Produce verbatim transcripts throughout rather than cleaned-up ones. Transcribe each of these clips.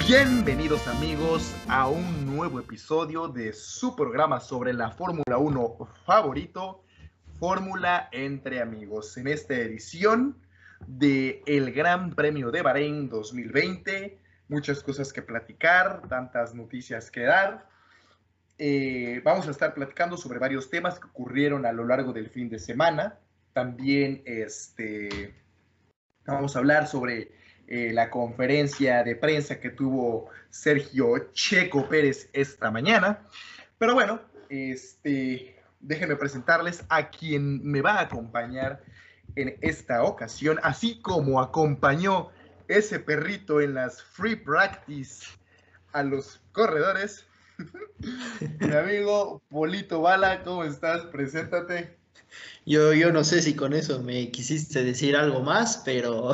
Bienvenidos amigos a un nuevo episodio de su programa sobre la Fórmula uno favorito, Fórmula entre amigos. En esta edición del Gran Premio de Bahrein dos mil veinte, muchas cosas que platicar, tantas noticias que dar. Eh, vamos a estar platicando sobre varios temas que ocurrieron a lo largo del fin de semana. También este, vamos a hablar sobre eh, la conferencia de prensa que tuvo Sergio Checo Pérez esta mañana. Pero bueno, este, déjenme presentarles a quien me va a acompañar en esta ocasión, así como acompañó ese perrito en las free practice a los corredores. Mi amigo Polito Bala, ¿cómo estás? Preséntate. Yo, yo no sé si con eso me quisiste decir algo más, pero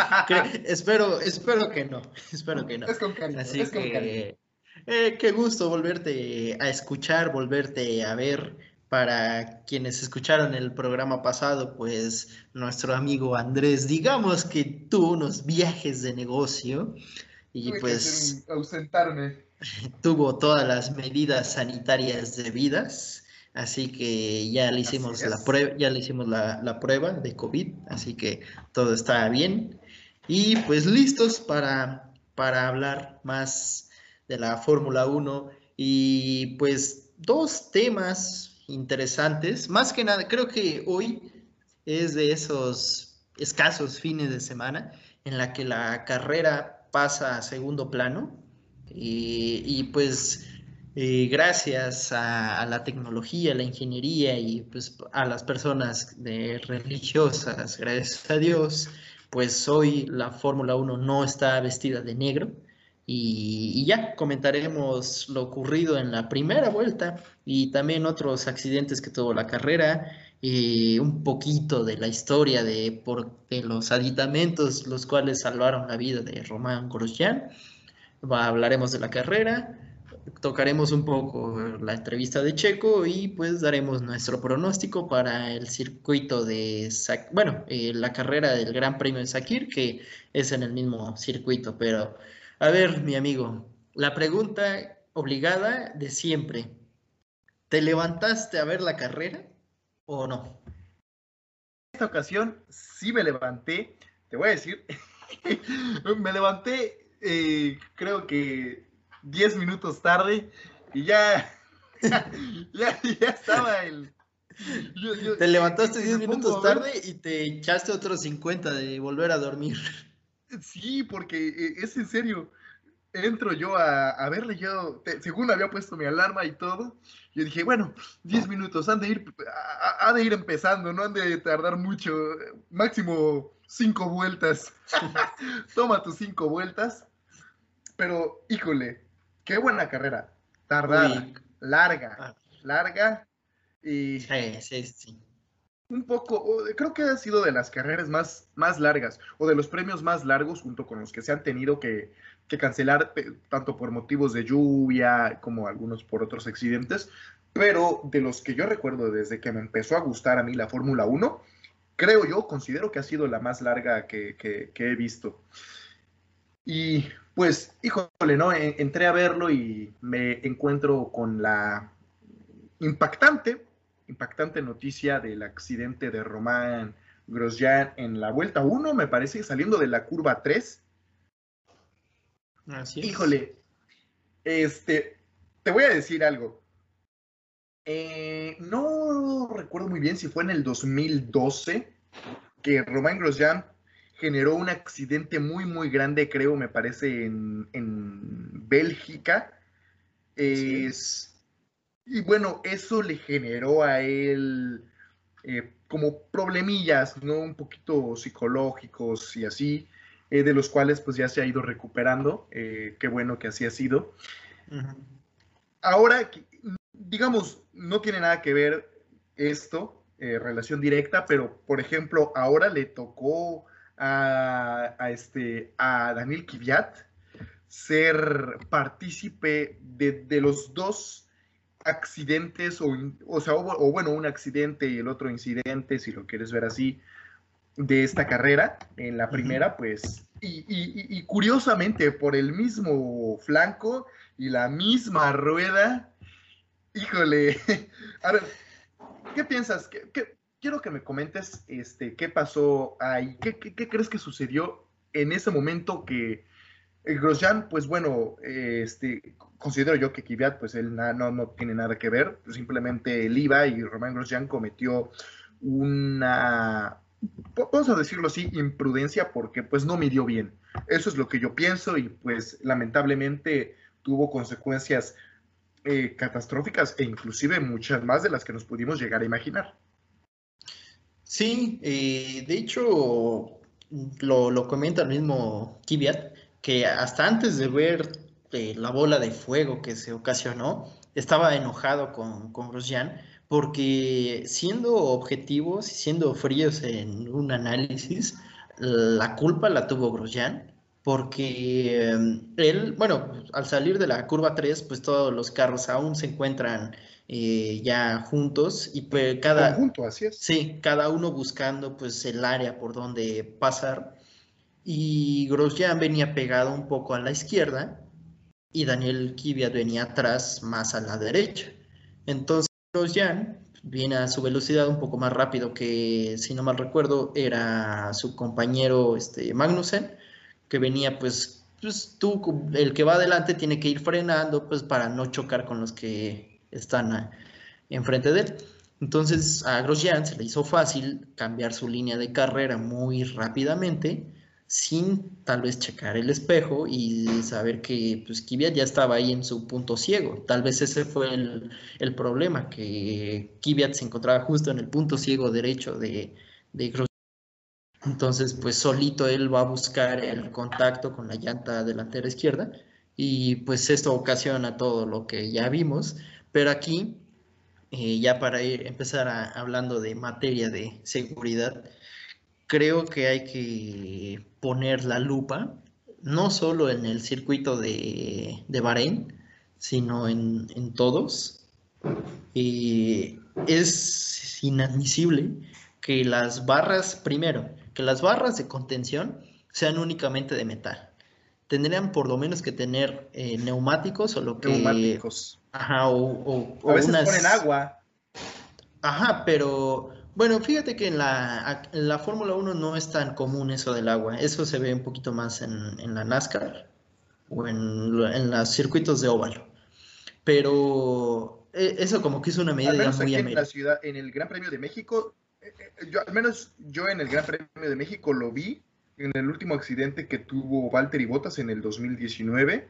espero, espero que no, espero que no. Es con cariño, Así es con que, cariño. eh, qué gusto volverte a escuchar, volverte a ver. Para quienes escucharon el programa pasado, pues nuestro amigo Andrés, digamos que tuvo unos viajes de negocio y Tuve que hacer un, pues ausentarme. tuvo todas las medidas sanitarias debidas, así que ya le Así hicimos la es. prueba, ya le hicimos la, la prueba de COVID, así que todo está bien. Y pues listos para, para hablar más de la Fórmula uno y pues dos temas interesantes. Más que nada, creo que hoy es de esos escasos fines de semana en la que la carrera pasa a segundo plano y, y pues eh, gracias a, a, la tecnología, a la ingeniería y pues a las personas de religiosas, gracias a Dios, pues hoy la Fórmula uno no está vestida de negro. Y, y ya comentaremos lo ocurrido en la primera vuelta y también otros accidentes que tuvo la carrera, y un poquito de la historia de, por, de los aditamentos los cuales salvaron la vida de Román Grosjean. Va, hablaremos de la carrera, tocaremos un poco la entrevista de Checo y pues daremos nuestro pronóstico para el circuito de, bueno, eh, la carrera del Gran Premio de Sakir, que es en el mismo circuito. Pero, a ver, mi amigo, la pregunta obligada de siempre, ¿te levantaste a ver la carrera o no? En esta ocasión sí me levanté, te voy a decir, me levanté eh, creo que diez minutos tarde y ya, ya, ya estaba el... Yo, yo, Te y, levantaste y, y diez me pongo minutos a ver. tarde y te echaste otros cincuenta de volver a dormir. Sí, porque eh, es en serio. Entro yo a, a verle, yo, te, según había puesto mi alarma y todo, yo dije, bueno, diez minutos, han de ir, ha, ha de ir empezando, no han de tardar mucho, máximo cinco vueltas. Toma tus cinco vueltas, pero híjole, qué buena carrera, tardada, Uy, larga, ah, larga, y sí, sí, sí. un poco, creo que ha sido de las carreras más, más largas o de los premios más largos junto con los que se han tenido que, que cancelar, tanto por motivos de lluvia como algunos por otros accidentes, pero de los que yo recuerdo desde que me empezó a gustar a mí la Fórmula uno, creo yo, considero que ha sido la más larga que, que, que he visto. Y pues, híjole, ¿no? Entré a verlo y me encuentro con la impactante, impactante noticia del accidente de Román Grosjean en la vuelta uno, me parece, saliendo de la curva tres. Así es. Híjole, este, te voy a decir algo. Eh, no recuerdo muy bien si fue en el dos mil doce que Román Grosjean generó un accidente muy, muy grande, creo, me parece, en, en Bélgica. Así es. Es, y bueno, eso le generó a él eh, como problemillas, ¿no? Un poquito psicológicos y así, eh, de los cuales pues ya se ha ido recuperando. Eh, qué bueno que así ha sido. Uh-huh. Ahora, digamos, no tiene nada que ver esto, eh, relación directa, pero por ejemplo, ahora le tocó a, a, este, a Daniel Kvyat ser partícipe de, de los dos accidentes, o, o sea, o, o, bueno, un accidente y el otro incidente, si lo quieres ver así, de esta carrera. En la Uh-huh. primera, pues Y, y, y curiosamente, por el mismo flanco y la misma rueda, híjole. A ver, ¿qué piensas? ¿Qué, qué, quiero que me comentes este, qué pasó ahí. ¿Qué, qué, qué crees que sucedió en ese momento que Grosjean, pues bueno, eh, este, considero yo que Kvyat, pues él na, no, no tiene nada que ver, simplemente él iba y Romain Grosjean cometió una, vamos a decirlo así, imprudencia porque pues no midió bien. Eso es lo que yo pienso y pues lamentablemente tuvo consecuencias eh, catastróficas e inclusive muchas más de las que nos pudimos llegar a imaginar. Sí, eh, de hecho, lo, lo comenta el mismo Kvyat, que hasta antes de ver eh, la bola de fuego que se ocasionó, estaba enojado con, con Grosjean, porque siendo objetivos y siendo fríos en un análisis, la culpa la tuvo Grosjean, porque eh, él, bueno, al salir de la curva tres, pues todos los carros aún se encuentran eh, ya juntos y pues En cada, conjunto, así es. sí, cada uno buscando pues el área por donde pasar. Y Grosjean venía pegado un poco a la izquierda y Daniel Kvyat venía atrás más a la derecha. Entonces Grosjean viene a su velocidad un poco más rápido que, si no mal recuerdo, era su compañero este, Magnussen, que venía pues, pues tú, el que va adelante tiene que ir frenando pues para no chocar con los que están a, enfrente de él. Entonces a Grosjean se le hizo fácil cambiar su línea de carrera muy rápidamente sin tal vez checar el espejo y saber que pues Kvyat ya estaba ahí en su punto ciego. Tal vez ese fue el, el problema, que Kvyat se encontraba justo en el punto ciego derecho de, de Grosjean. Entonces pues solito él va a buscar el contacto con la llanta delantera izquierda y pues esto ocasiona todo lo que ya vimos. Pero aquí eh, ya para ir, empezar a, hablando de materia de seguridad, creo que hay que poner la lupa no solo en el circuito de, de Bahrein, sino en, en todos. Y es inadmisible que las barras, primero, que las barras de contención sean únicamente de metal. Tendrían por lo menos que tener eh, neumáticos o lo que... Neumáticos. Ajá, o, o, A o veces ponen unas... agua. Ajá, pero bueno, fíjate que en la, en la Fórmula uno no es tan común eso del agua. Eso se ve un poquito más en, en la NASCAR o en, lo- en los circuitos de óvalo. Pero eh, eso como que es una Al medida ya menos muy aquí en la americana. ciudad, en el Gran Premio de México, eh, eh, yo, al menos yo en el Gran Premio de México lo vi en el último accidente que tuvo Valtteri Bottas en el dos mil diecinueve.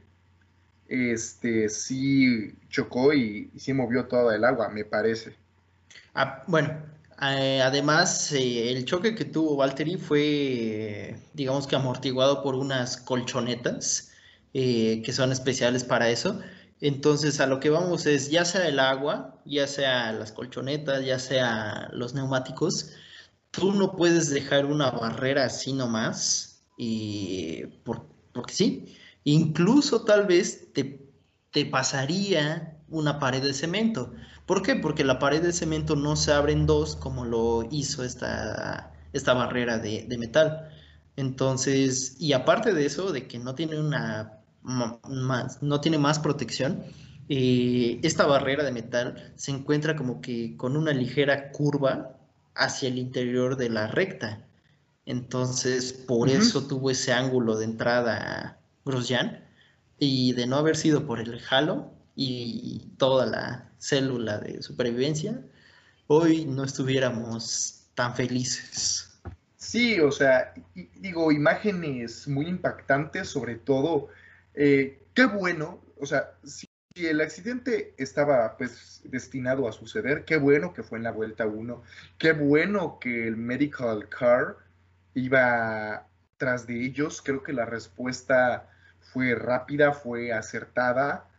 Este sí chocó y, y sí movió toda el agua, me parece. Ah, bueno, eh, además eh, el choque que tuvo Valtteri fue, eh, digamos que amortiguado por unas colchonetas eh, que son especiales para eso. Entonces a lo que vamos es, ya sea el agua, ya sea las colchonetas, ya sea los neumáticos, tú no puedes dejar una barrera así nomás, y por- porque sí, incluso tal vez te, te pasaría una pared de cemento. ¿Por qué? Porque la pared de cemento no se abre en dos como lo hizo esta, esta barrera de, de metal. Entonces, y aparte de eso, de que no tiene una ma- más, no tiene más protección, eh, esta barrera de metal se encuentra como que con una ligera curva hacia el interior de la recta. Entonces, por Ujú. eso tuvo ese ángulo de entrada Grosjean. Y de no haber sido por el halo y toda la célula de supervivencia, hoy no estuviéramos tan felices. Sí, o sea, y- digo, imágenes muy impactantes, sobre todo, eh, qué bueno, o sea, si, si el accidente estaba pues destinado a suceder, qué bueno que fue en la vuelta uno, qué bueno que el medical car iba tras de ellos, creo que la respuesta fue rápida, fue acertada,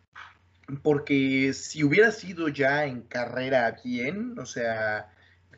porque si hubiera sido ya en carrera bien, o sea,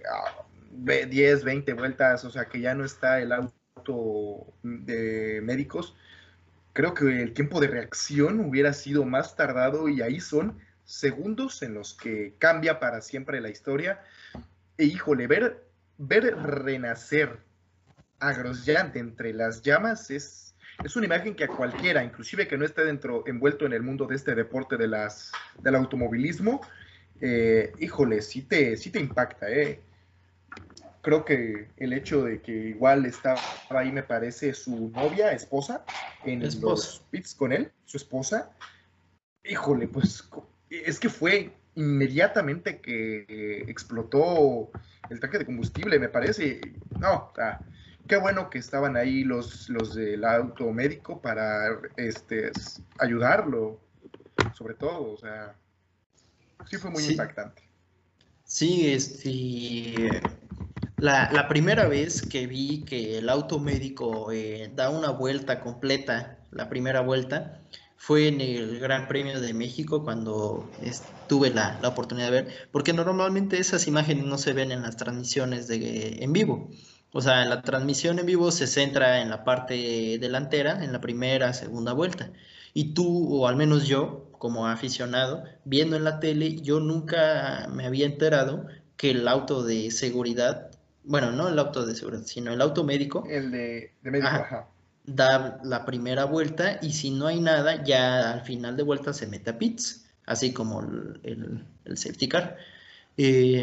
diez, veinte vueltas, o sea, que ya no está el auto de médicos, creo que el tiempo de reacción hubiera sido más tardado y ahí son segundos en los que cambia para siempre la historia. E híjole, ver, ver renacer agrollante entre las llamas es, es una imagen que a cualquiera, inclusive que no esté dentro, envuelto en el mundo de este deporte de las, del automovilismo, eh, híjole, sí te, sí te impacta, ¿eh? Creo que el hecho de que igual estaba ahí, me parece, su novia, esposa, en Esposa. los pits con él, su esposa, híjole, pues es que fue inmediatamente que eh, explotó el tanque de combustible, me parece. No, o sea, qué bueno que estaban ahí los, los del auto médico para este, ayudarlo, sobre todo, o sea, sí fue muy Sí, impactante. sí, este, la, la primera vez que vi que el auto médico eh, da una vuelta completa, la primera vuelta, fue en el Gran Premio de México cuando es- tuve la, la oportunidad de ver, porque normalmente esas imágenes no se ven en las transmisiones de, en vivo. O sea, la transmisión en vivo se centra en la parte delantera, en la primera, segunda vuelta. Y tú, o al menos yo, como aficionado, viendo en la tele, yo nunca me había enterado que el auto de seguridad, bueno, no el auto de seguridad, sino el auto médico, El de, de médico, ajá, ajá. da la primera vuelta y si no hay nada, ya al final de vuelta se mete a pits, así como el, el, el safety car. Eh,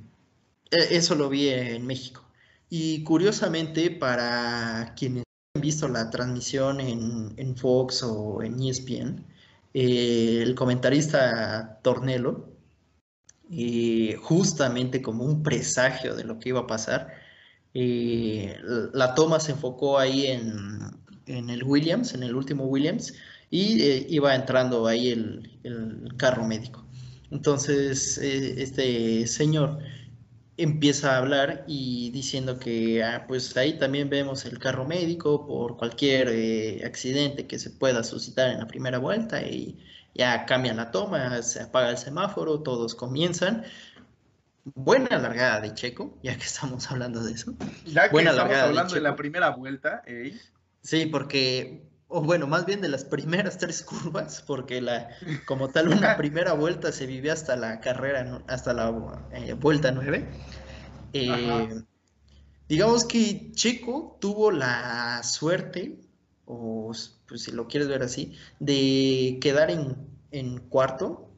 eso lo vi en México. Y curiosamente, para quienes han visto la transmisión en, en Fox o en E S P N, eh, el comentarista Tornelo, eh, justamente como un presagio de lo que iba a pasar, eh, la toma se enfocó ahí en, en el Williams, en el último Williams, y eh, iba entrando ahí el, el carro médico. Entonces, eh, este señor empieza a hablar y diciendo que ah, pues ahí también vemos el carro médico por cualquier eh, accidente que se pueda suscitar en la primera vuelta y ya cambian la toma, se apaga el semáforo, todos comienzan. Buena largada de Checo, ya que estamos hablando de eso. Ya que Buena estamos largada de hablando de la Checo. primera vuelta, ¿eh? Sí, porque, o bueno, más bien de las primeras tres curvas, porque la, como tal, una primera vuelta se vive hasta la carrera, hasta la eh, vuelta nueve. Ajá. Eh, Digamos que Checo tuvo la suerte, o pues si lo quieres ver así, de quedar en, en cuarto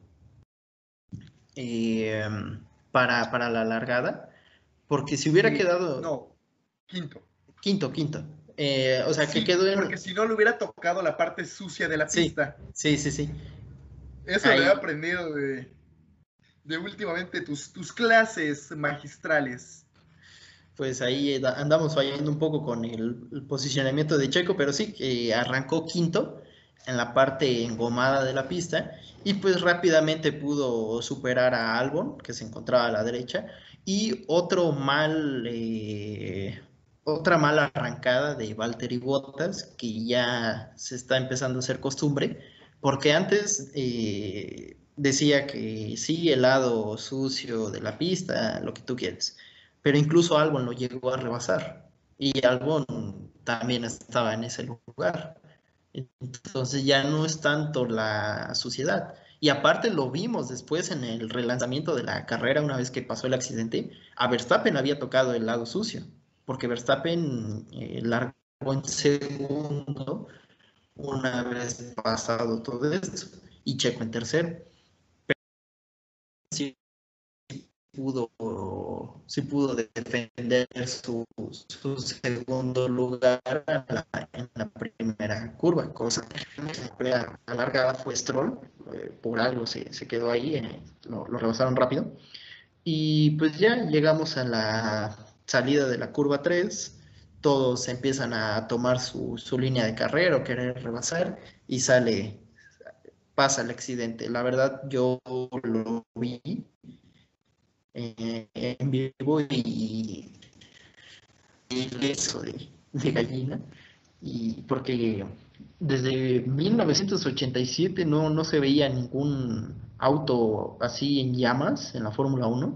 eh, para, para la largada, porque si hubiera Y quedado no, quinto. quinto, quinto, eh, o sea, que Sí, quedó porque en... si no le hubiera tocado la parte sucia de la Sí, pista. sí, sí, sí. Eso lo he Ahí, aprendido de, de últimamente tus, tus clases magistrales. pues ahí eh, andamos fallando un poco con el, el posicionamiento de Checo, pero sí, que arrancó quinto en la parte engomada de la pista y pues rápidamente pudo superar a Albon, que se encontraba a la derecha, y otro mal, eh, otra mala arrancada de Valtteri Bottas, que ya se está empezando a hacer costumbre, porque antes eh, decía que sí, el lado sucio de la pista, lo que tú quieres, pero incluso Albon lo llegó a rebasar y Albon también estaba en ese lugar. Entonces ya no es tanto la suciedad. Y aparte lo vimos después en el relanzamiento de la carrera, una vez que pasó el accidente, a Verstappen había tocado el lado sucio, porque Verstappen eh, largó en segundo una vez pasado todo esto y Checo en tercero. Sí, pudo, sí pudo defender su, su segundo lugar en la, en la primera curva, cosa que la alargada fue Stroll, eh, por algo se, se quedó ahí, eh, lo, lo rebasaron rápido. Y pues ya llegamos a la salida de la curva tres, todos empiezan a tomar su, su línea de carrera o querer rebasar y sale, pasa el accidente. La verdad yo lo vi eh, en vivo y, y eso de, de gallina, y porque desde mil novecientos ochenta y siete no, no se veía ningún auto así en llamas en la Fórmula uno.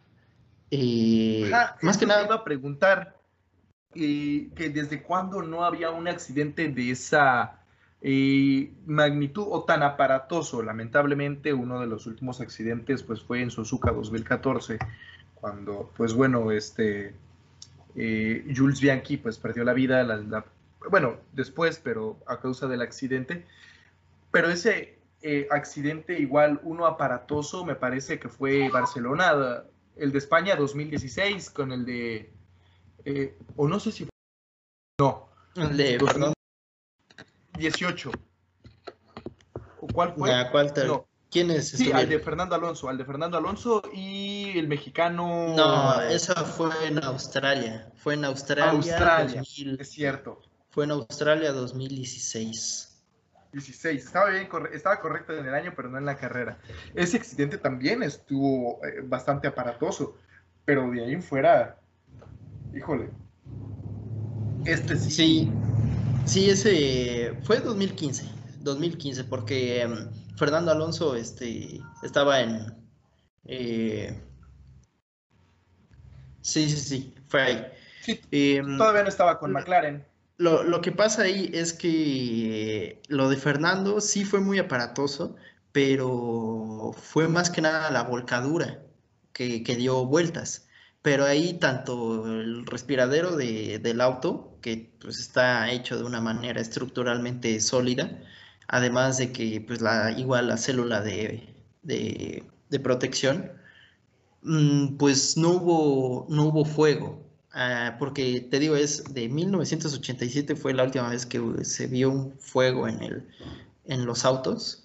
Eh, Ajá, más que eso te iba nada, a preguntar, eh, que desde cuándo no había un accidente de esa eh, magnitud o tan aparatoso. Lamentablemente, uno de los últimos accidentes pues, fue en Suzuka dos mil catorce, cuando, pues bueno, este, Eh, Jules Bianchi pues perdió la vida, la, la, bueno, después, pero a causa del accidente. Pero ese eh, accidente igual, uno aparatoso, me parece que fue Barcelona, el de España dos mil dieciséis, con el de, eh, o no sé si fue, no, El de, perdón, dos mil dieciocho, ¿o cuál fue? ¿a cuál te- No, ¿quiénes sí, al de estuvieron? Fernando Alonso, al de Fernando Alonso y el mexicano No, esa fue en Australia. Fue en Australia dos Australia, mil, es cierto, fue en Australia dos mil dieciséis. dieciséis, estaba bien, estaba correcto en el año, pero no en la carrera. Ese accidente también estuvo eh, bastante aparatoso, pero de ahí en fuera, híjole, este sí. Sí, sí, ese fue dos mil quince, dos mil quince, porque um, Fernando Alonso este, estaba en... Eh, sí, sí, sí, fue ahí. Sí, Eh, todavía no estaba con McLaren. Lo, lo que pasa ahí es que lo de Fernando sí fue muy aparatoso, pero fue más que nada la volcadura que, que dio vueltas. Pero ahí tanto el respiradero de- del auto, que pues está hecho de una manera estructuralmente sólida, además de que pues la, igual la célula de, de- de protección, Mm, pues no hubo, no hubo fuego, ah, porque te digo, es de mil novecientos ochenta y siete fue la última vez que se vio un fuego en el, en los autos.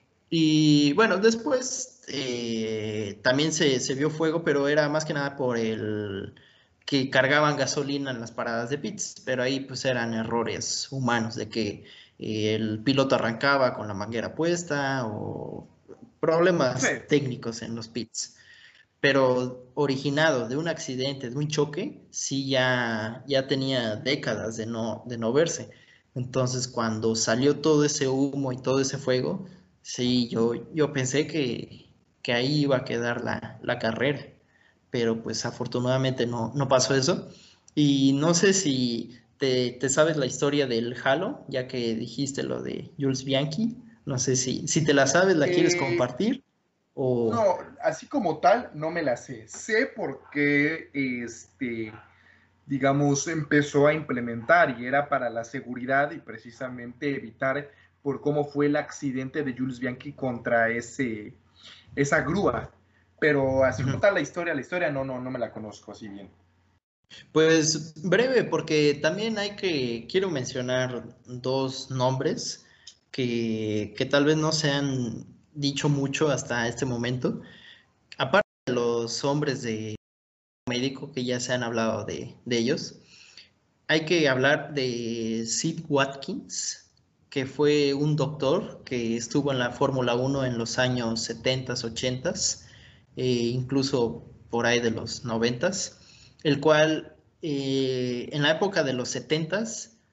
Y bueno, después eh, también se, se vio fuego, pero era más que nada por el que cargaban gasolina en las paradas de pits, pero ahí pues eran errores humanos de que eh, el piloto arrancaba con la manguera puesta o Sí, problemas técnicos en los pits, pero originado de un accidente, de un choque, sí ya, ya tenía décadas de no, de no verse. Entonces, cuando salió todo ese humo y todo ese fuego, sí, yo, yo pensé que, que ahí iba a quedar la, la carrera, pero pues afortunadamente no, no pasó eso. Y no sé si te, te sabes la historia del Halo, ya que dijiste lo de Jules Bianchi. No sé si, si te la sabes, la quieres eh, compartir o... no, así como tal, no me la sé. Sé por qué, este, digamos, empezó a implementar y era para la seguridad y precisamente evitar por cómo fue el accidente de Jules Bianchi contra ese, esa grúa. Pero así como Ujú. tal la historia, la historia no, no, no me la conozco así bien. Pues breve, porque también hay que, quiero mencionar dos nombres que, que tal vez no se han dicho mucho hasta este momento. Aparte de los hombres de médico que ya se han hablado de, de ellos, hay que hablar de Sid Watkins, que fue un doctor que estuvo en la Fórmula Uno en los años setenta, ochenta, eh, incluso por ahí de los noventa, el cual eh, en la época de los setenta,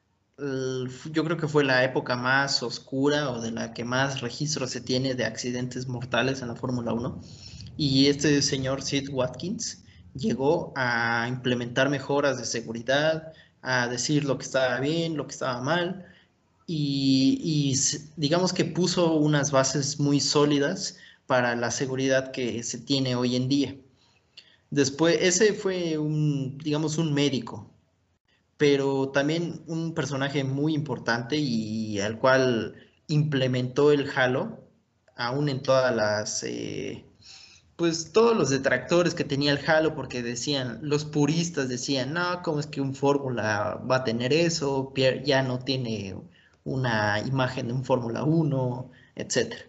yo creo que fue la época más oscura o de la que más registro se tiene de accidentes mortales en la Fórmula Uno. Y este señor Sid Watkins llegó a implementar mejoras de seguridad, a decir lo que estaba bien, lo que estaba mal, y, y digamos que puso unas bases muy sólidas para la seguridad que se tiene hoy en día. Después, ese fue un, digamos, un médico, pero también un personaje muy importante y al cual implementó el Halo, aún en todas las, eh, pues todos los detractores que tenía el Halo, porque decían, los puristas decían, no, ¿cómo es que un Fórmula va a tener eso? Pier- Ya no tiene una imagen de un Fórmula uno, etcétera.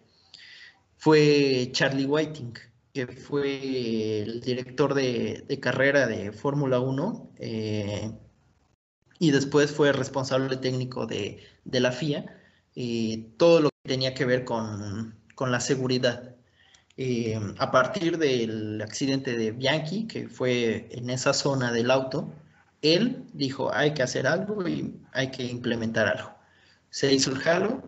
Fue Charlie Whiting, que fue el director de, de carrera de Fórmula uno, eh, y después fue responsable técnico de, de la F I A, eh, todo lo que tenía que ver con, con la seguridad. Eh, a partir del accidente de Bianchi, que fue en esa zona del auto, él dijo, hay que hacer algo y hay que implementar algo. Se hizo el Halo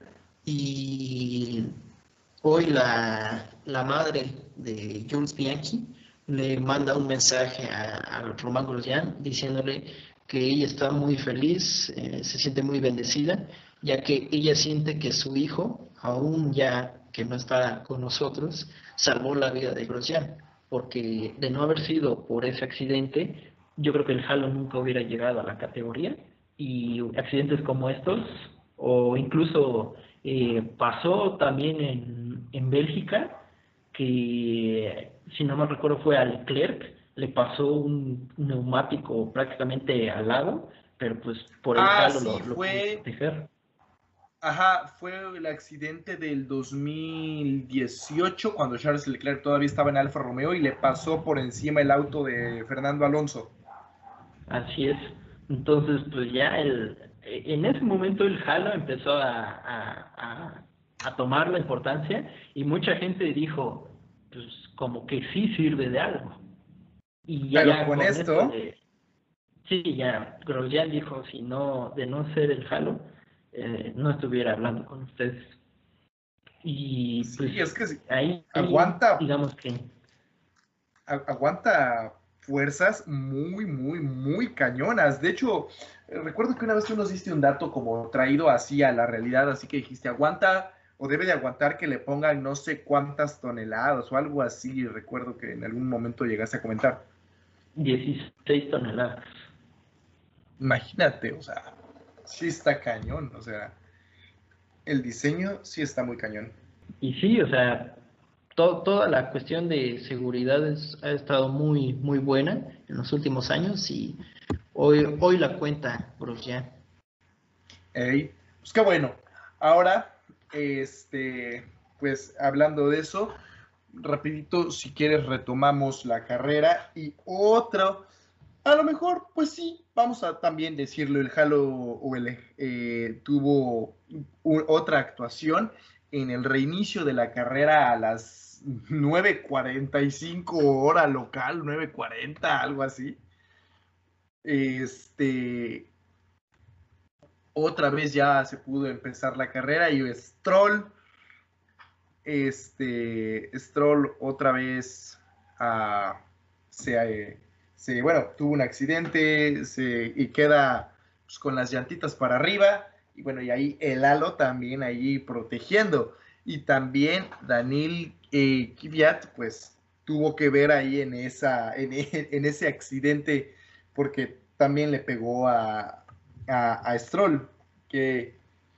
y hoy la, la madre de Jules Bianchi le manda un mensaje a, a Román Grosjean diciéndole que ella está muy feliz, eh, se siente muy bendecida, ya que ella siente que su hijo, aún ya que no está con nosotros, salvó la vida de Grosjean, porque de no haber sido por ese accidente, yo creo que el Halo nunca hubiera llegado a la categoría, y accidentes como estos, o incluso eh, pasó también en, en Bélgica, que si no me recuerdo fue a Leclerc, le pasó un neumático prácticamente al lado, pero pues por el Ah, Halo sí, lo, lo pudo fue, proteger. ajá, fue el accidente del dos mil dieciocho cuando Charles Leclerc todavía estaba en Alfa Romeo y le pasó por encima el auto de Fernando Alonso. Así es. Entonces, pues ya el, en ese momento el Halo empezó a, a, a, a tomar la importancia, y mucha gente dijo, pues como que sí sirve de algo. Y ya, Pero ya con con esto esto, de, sí, ya Grosjean dijo, si no, de no ser el Halo, eh, no estuviera hablando con ustedes. Y pues sí, es que sí, ahí, aguanta, digamos que aguanta fuerzas muy, muy, muy cañonas. De hecho, eh, recuerdo que una vez tú nos diste un dato como traído así a la realidad, así que dijiste, aguanta o debe de aguantar que le pongan no sé cuántas toneladas o algo así. Recuerdo que en algún momento llegaste a comentar. dieciséis toneladas. Imagínate, o sea, sí está cañón, o sea, el diseño sí está muy cañón. Y sí, o sea, to- toda la cuestión de seguridad es- ha estado muy, muy buena en los últimos años, y hoy, hoy la cuenta Grosjean. Ey, pues qué bueno. Ahora, este, pues hablando de eso, rapidito, si quieres, retomamos la carrera y otro, a lo mejor, pues sí, vamos a también decirlo, el Halo o el, eh, tuvo u- otra actuación en el reinicio de la carrera a las nueve cuarenta y cinco hora local, nueve cuarenta algo así. Este, otra vez ya se pudo empezar la carrera y Stroll, este, Stroll otra vez uh, se, se, bueno, tuvo un accidente se, y queda pues, con las llantitas para arriba y bueno, y ahí el halo también ahí protegiendo y también Daniil eh, Kvyat pues tuvo que ver ahí en, esa, en, en ese accidente porque también le pegó a, a, a Stroll, que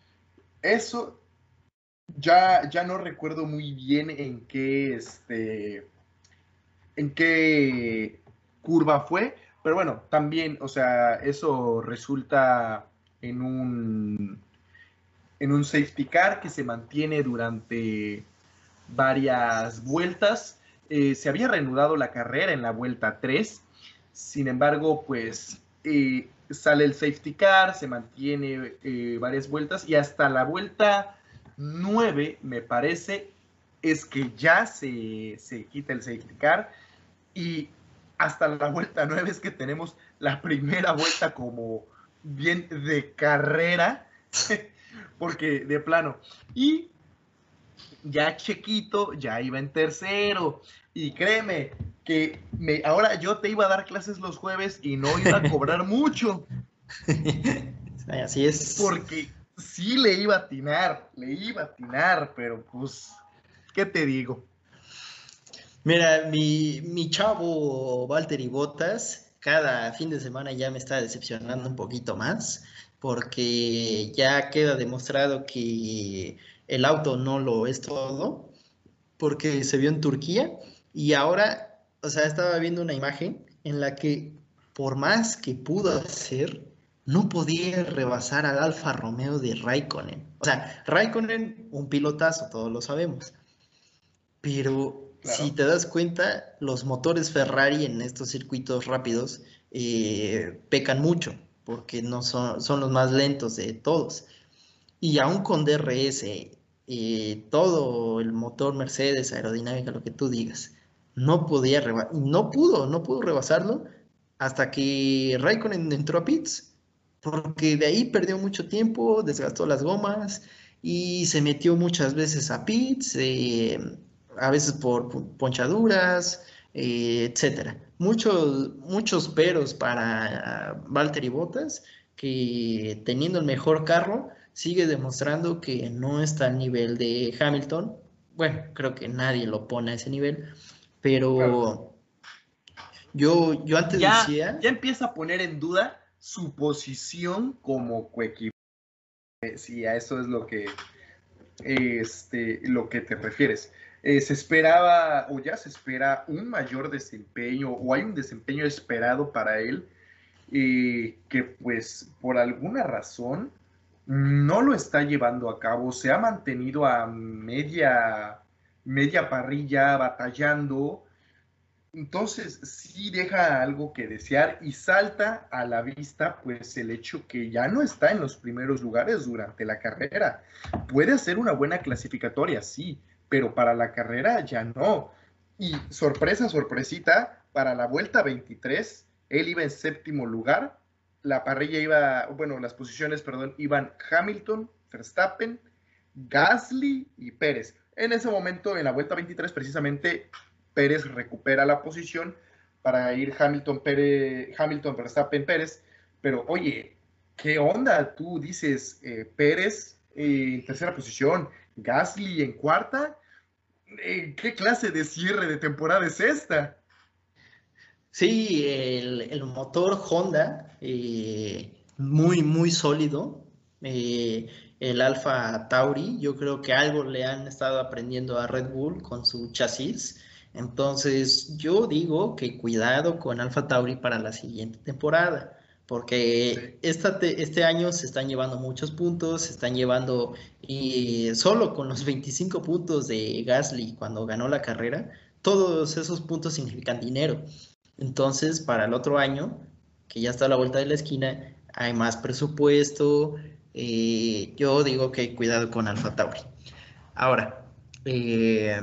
eso ya, ya no recuerdo muy bien en qué, este, en qué curva fue, pero bueno, también, o sea, eso resulta en un, en un safety car que se mantiene durante varias vueltas. Eh, se había reanudado la carrera en la vuelta tres, sin embargo, pues eh, sale el safety car, se mantiene eh, varias vueltas y hasta la vuelta nueve, me parece, es que ya se, se quita el safety car y hasta la vuelta nueve es que tenemos la primera vuelta como bien de carrera, porque de plano. Y ya Chequito ya iba en tercero. Y créeme que me, ahora yo te iba a dar clases los jueves y no iba a cobrar mucho. Así es. Porque sí le iba a atinar, le iba a atinar, pero pues, ¿qué te digo? Mira, mi, mi chavo Valtteri Bottas, cada fin de semana ya me está decepcionando un poquito más, porque ya queda demostrado que el auto no lo es todo, porque se vio en Turquía y ahora, o sea, estaba viendo una imagen en la que por más que pudo hacer, no podía rebasar al Alfa Romeo de Raikkonen. O sea, Raikkonen, un pilotazo, todos lo sabemos, pero si Claro. te das cuenta, los motores Ferrari en estos circuitos rápidos eh, pecan mucho, porque no son, son los más lentos de todos. Y aún con D R S, eh, todo el motor Mercedes, aerodinámica, lo que tú digas, no podía reba- no pudo, no pudo rebasarlo hasta que Raikkonen entró a pits, porque de ahí perdió mucho tiempo, desgastó las gomas y se metió muchas veces a pits, eh, a veces por ponchaduras, eh, etcétera. Muchos, muchos peros para Valtteri Bottas, que teniendo el mejor carro, sigue demostrando que no está al nivel de Hamilton. Bueno, creo que nadie lo pone a ese nivel, Claro. pero Yo, yo antes ya, decía... ya empieza a poner en duda su posición como coequipe. Si a eso es lo que, este, lo que te refieres. Eh, se esperaba, o ya se espera, un mayor desempeño, o hay un desempeño esperado para él, eh, que pues por alguna razón no lo está llevando a cabo, se ha mantenido a media, media parrilla batallando. Entonces sí deja algo que desear y salta a la vista pues el hecho que ya no está en los primeros lugares durante la carrera. Puede hacer una buena clasificatoria, sí, pero para la carrera ya no. Y sorpresa, sorpresita, para la vuelta veintitrés, él iba en séptimo lugar, la parrilla iba, bueno, las posiciones, perdón, iban Hamilton, Verstappen, Gasly y Pérez. En ese momento, en la vuelta veintitrés, precisamente, Pérez recupera la posición para ir Hamilton, Pérez, Hamilton Verstappen, Pérez. Pero, oye, ¿qué onda? Tú dices eh, Pérez eh, en tercera posición, Gasly en cuarta. Eh, ¿Qué clase de cierre de temporada es esta? Sí, el, el motor Honda, eh, muy, muy sólido. Eh, el Alfa Tauri, yo creo que algo le han estado aprendiendo a Red Bull con su chasis. Entonces, yo digo que cuidado con Alfa Tauri para la siguiente temporada, porque Sí. esta te, este año se están llevando muchos puntos, se están llevando y solo con los veinticinco puntos de Gasly cuando ganó la carrera, todos esos puntos significan dinero. Entonces, para el otro año, que ya está a la vuelta de la esquina, hay más presupuesto. Eh, yo digo que cuidado con Alfa Tauri. Ahora, eh,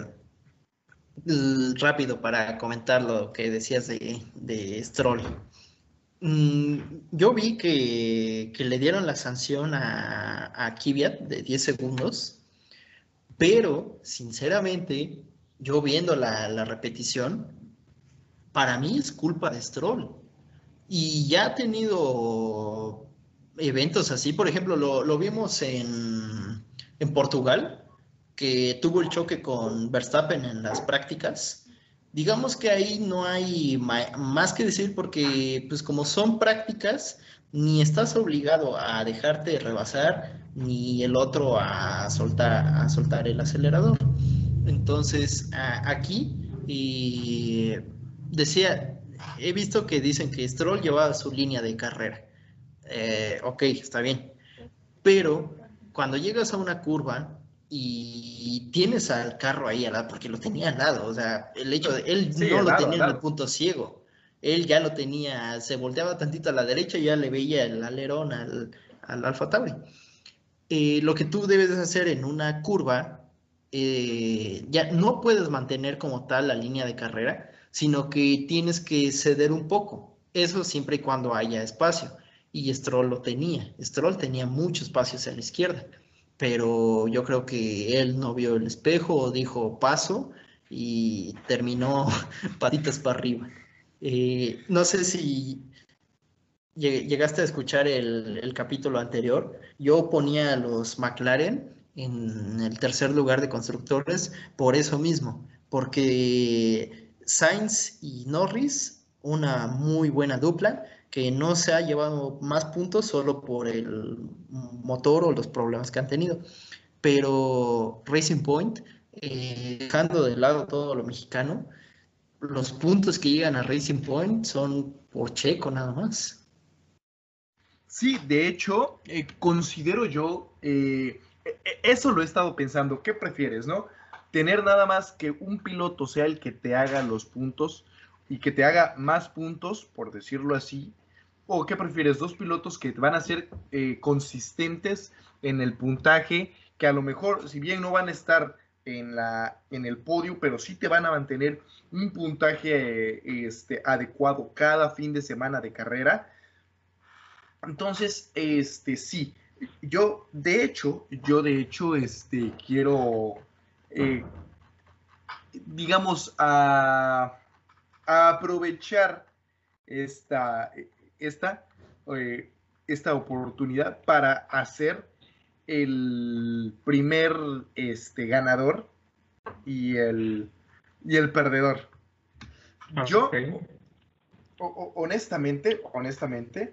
rápido para comentar lo que decías de, de Stroll. Mm, yo vi que, que, le dieron la sanción a, a Kvyat de diez segundos, pero sinceramente, yo viendo la, la repetición, para mí es culpa de Stroll. Y ya ha tenido eventos así, por ejemplo, lo, lo vimos en, en Portugal, que tuvo el choque con Verstappen en las prácticas. Digamos que ahí no hay ma- más que decir porque, pues como son prácticas, ni estás obligado a dejarte rebasar, ni el otro a soltar, a soltar el acelerador. Entonces, a, aquí, y decía, he visto que dicen que Stroll llevaba su línea de carrera. Eh, ok, está bien. Pero cuando llegas a una curva y tienes al carro ahí al lado, porque lo tenía al lado, o sea, el hecho de él Sí, no al lo lado, tenía al en el lado. punto ciego, él ya lo tenía, se volteaba tantito a la derecha y ya le veía el alerón al, al Alfa Tauri. Eh, lo que tú debes hacer en una curva, eh, ya no puedes mantener como tal la línea de carrera, sino que tienes que ceder un poco. Eso siempre y cuando haya espacio. Y Stroll lo tenía. Stroll tenía mucho espacio hacia la izquierda, pero yo creo que él no vio el espejo o dijo paso y terminó patitas para arriba. Eh, no sé si llegaste a escuchar el, el capítulo anterior, yo ponía a los McLaren en el tercer lugar de constructores por eso mismo, porque Sainz y Norris, una muy buena dupla, que no se ha llevado más puntos solo por el motor o los problemas que han tenido, pero Racing Point, eh, dejando de lado todo lo mexicano, los puntos que llegan a Racing Point son por Checo nada más. Sí, de hecho, eh, considero yo, eh, eso lo he estado pensando, ¿qué prefieres, no? Tener nada más que un piloto sea el que te haga los puntos y que te haga más puntos, por decirlo así, o qué prefieres, dos pilotos que van a ser eh, consistentes en el puntaje, que a lo mejor, si bien no van a estar en, la, en el podio, pero sí te van a mantener un puntaje eh, este, adecuado cada fin de semana de carrera. Entonces, este, sí, yo de hecho, yo de hecho, este, quiero, eh, digamos, a, a aprovechar esta, esta, eh, esta oportunidad para hacer el primer este, ganador y el, y el perdedor. Yo, Okay. o, o, honestamente, honestamente,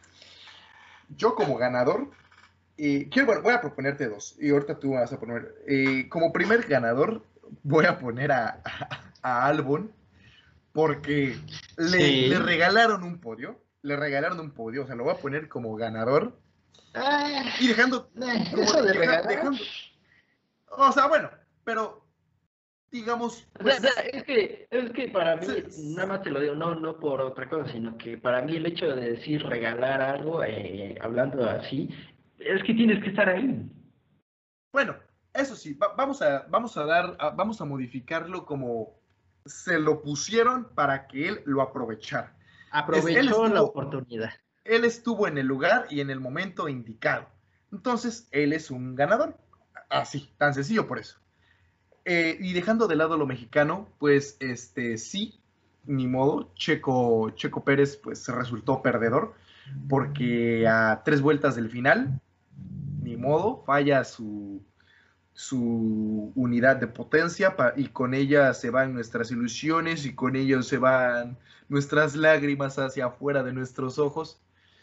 yo como ganador, eh, quiero, bueno, voy a proponerte dos, y ahorita tú vas a poner, eh, como primer ganador, voy a poner a, a, a Albon, porque le, Sí. le regalaron un podio, le regalaron un podio, o sea, lo voy a poner como ganador, Ah, y dejando, eh, como eso de deja, regalar. dejando, o sea, bueno, pero, digamos, O sea, o sea, pues, es que, es que para mí, se, nada más te lo digo, no, no por otra cosa, sino que para mí el hecho de decir regalar algo, eh, hablando así, es que tienes que estar ahí. bueno, eso sí, va, vamos, a, vamos a dar, a, vamos a modificarlo como se lo pusieron para que él lo aprovechara. Es, él, Aprovechó la estuvo, oportunidad. él estuvo en el lugar y en el momento indicado. Entonces, él es un ganador. Así, tan sencillo por eso. Eh, y dejando de lado lo mexicano, pues este sí, ni modo, Checo, Checo Pérez pues resultó perdedor porque a tres vueltas del final, ni modo, falla su, su unidad de potencia pa, y con ella se van nuestras ilusiones y con ello se van nuestras lágrimas hacia afuera de nuestros ojos.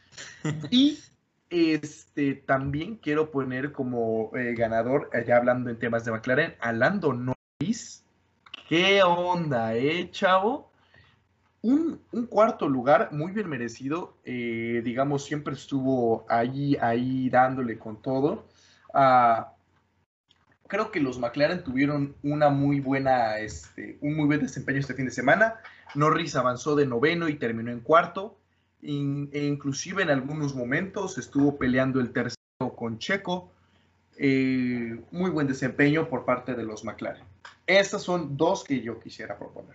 Y este también quiero poner como eh, ganador, ya hablando en temas de McLaren, a Lando Norris. ¿Qué onda, eh, chavo? Un, un cuarto lugar muy bien merecido, eh, digamos, siempre estuvo ahí, ahí dándole con todo. Uh, creo que los McLaren tuvieron una muy buena, este, un muy buen desempeño este fin de semana. Norris avanzó de noveno y terminó en cuarto. In, e inclusive en algunos momentos estuvo peleando el tercero con Checo. Eh, muy buen desempeño por parte de los McLaren. Estas son dos que yo quisiera proponer.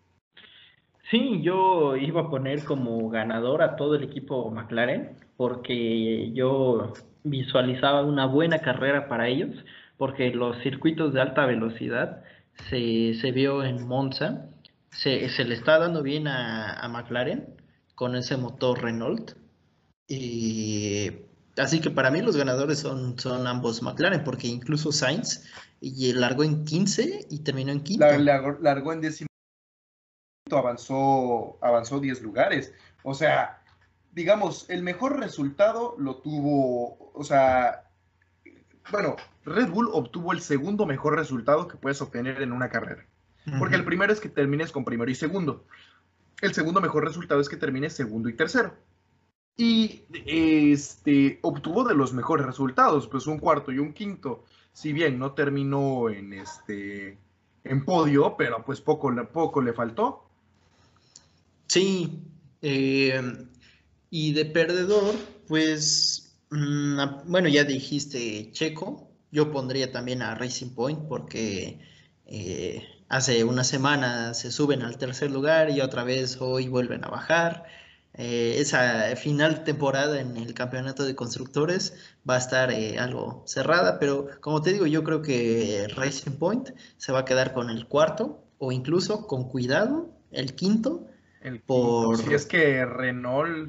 Sí, yo iba a poner como ganador a todo el equipo McLaren porque yo visualizaba una buena carrera para ellos, porque los circuitos de alta velocidad se, se vio en Monza, se, se le está dando bien a, a McLaren con ese motor Renault. Y así que para mí los ganadores son, son ambos McLaren, porque incluso Sainz y largó en quince y terminó en quinto. Largó, largó en décimo, avanzó, avanzó diez lugares. O sea, digamos, el mejor resultado lo tuvo, o sea, bueno, Red Bull obtuvo el segundo mejor resultado que puedes obtener en una carrera. Porque uh-huh. el primero es que termines con primero y segundo. El segundo mejor resultado es que termines segundo y tercero. Y este, obtuvo de los mejores resultados, pues un cuarto y un quinto. Si bien no terminó en, este, en podio, pero pues poco, poco le faltó. Sí, eh, y de perdedor, pues, mmm, bueno, ya dijiste Checo, yo pondría también a Racing Point porque eh, hace una semana se suben al tercer lugar y otra vez hoy vuelven a bajar. Eh, esa final temporada en el campeonato de constructores va a estar eh, algo cerrada, pero como te digo, yo creo que Racing Point se va a quedar con el cuarto o incluso con cuidado el quinto. El quinto, por... si es que Renault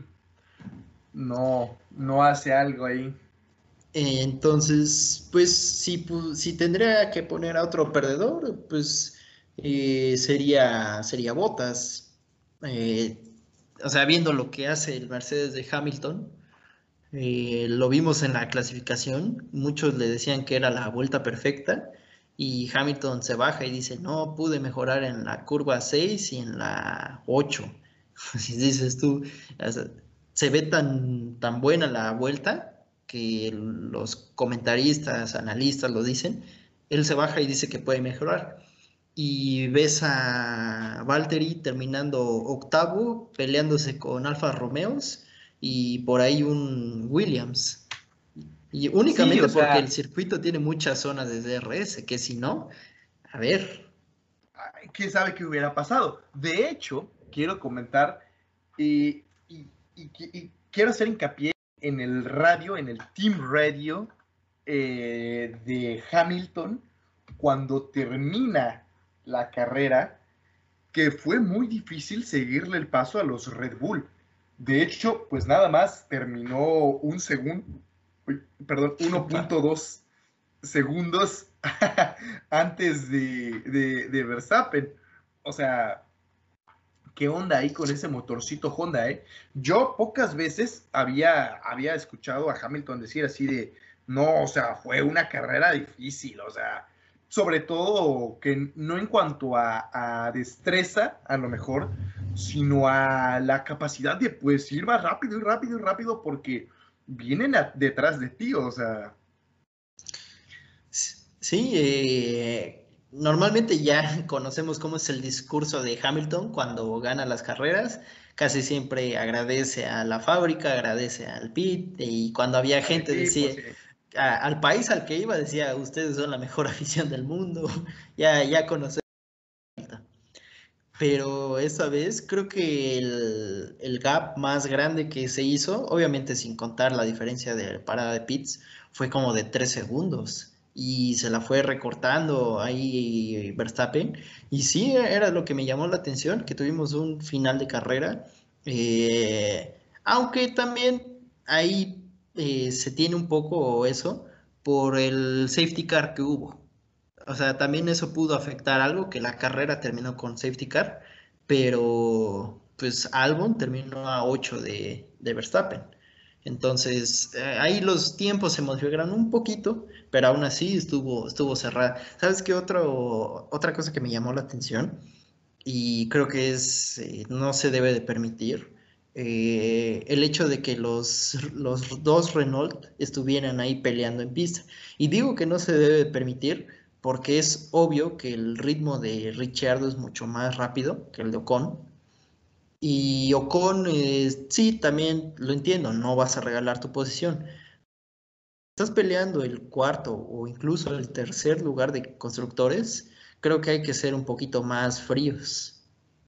no, no hace algo ahí. Eh, entonces, pues si, pues, si tendría que poner a otro perdedor, pues eh, sería, sería Bottas. Eh, o sea, viendo lo que hace el Mercedes de Hamilton, eh, lo vimos en la clasificación, muchos le decían que era la vuelta perfecta y Hamilton se baja y dice, no, pude mejorar en la curva seis y en la ocho. Si dices tú, o sea, se ve tan, tan buena la vuelta que los comentaristas, analistas lo dicen, él se baja y dice que puede mejorar. Y ves a Valtteri terminando octavo, peleándose con Alfa Romeos y por ahí un Williams. Y únicamente sí, o sea, porque el circuito tiene muchas zonas de D R S, que si no, a ver. ¿Quién sabe qué hubiera pasado? De hecho, quiero comentar y, y, y, y quiero hacer hincapié en el radio, en el team radio eh, de Hamilton cuando termina la carrera, que fue muy difícil seguirle el paso a los Red Bull. De hecho, pues nada más terminó un segundo, perdón, uno punto dos segundos antes de, de, de Verstappen. O sea, qué onda ahí con ese motorcito Honda, ¿eh? Yo pocas veces había, había escuchado a Hamilton decir así de, no, o sea, fue una carrera difícil, o sea, sobre todo que no en cuanto a, a destreza, a lo mejor, sino a la capacidad de, pues, ir más rápido y rápido y rápido porque vienen a, detrás de ti, o sea... Sí, eh, normalmente ya conocemos cómo es el discurso de Hamilton cuando gana las carreras. Casi siempre agradece a la fábrica, agradece al pit, y cuando había Al gente equipo, decía, sí. a- al país al que iba decía, ustedes son la mejor afición del mundo. Ya, ya conocemos. Pero esta vez creo que el, el gap más grande que se hizo, obviamente sin contar la diferencia de parada de pits, fue como de tres segundos. Y se la fue recortando ahí Verstappen. Y sí, era lo que me llamó la atención, que tuvimos un final de carrera. eh, Aunque también ahí eh, se tiene un poco eso por el safety car que hubo. O sea, también eso pudo afectar algo, que la carrera terminó con safety car, pero pues Albon terminó a ocho de, de Verstappen. Entonces, eh, ahí los tiempos se modificaron un poquito, pero aún así estuvo, estuvo cerrada. ¿Sabes qué otro, otra cosa que me llamó la atención? Y creo que es, eh, no se debe de permitir, eh, el hecho de que los, los dos Renault estuvieran ahí peleando en pista. Y digo que no se debe de permitir porque es obvio que el ritmo de Ricciardo es mucho más rápido que el de Ocon. Y Ocon, eh, sí, también lo entiendo, no vas a regalar tu posición. Estás peleando el cuarto o incluso el tercer lugar de constructores, creo que hay que ser un poquito más fríos.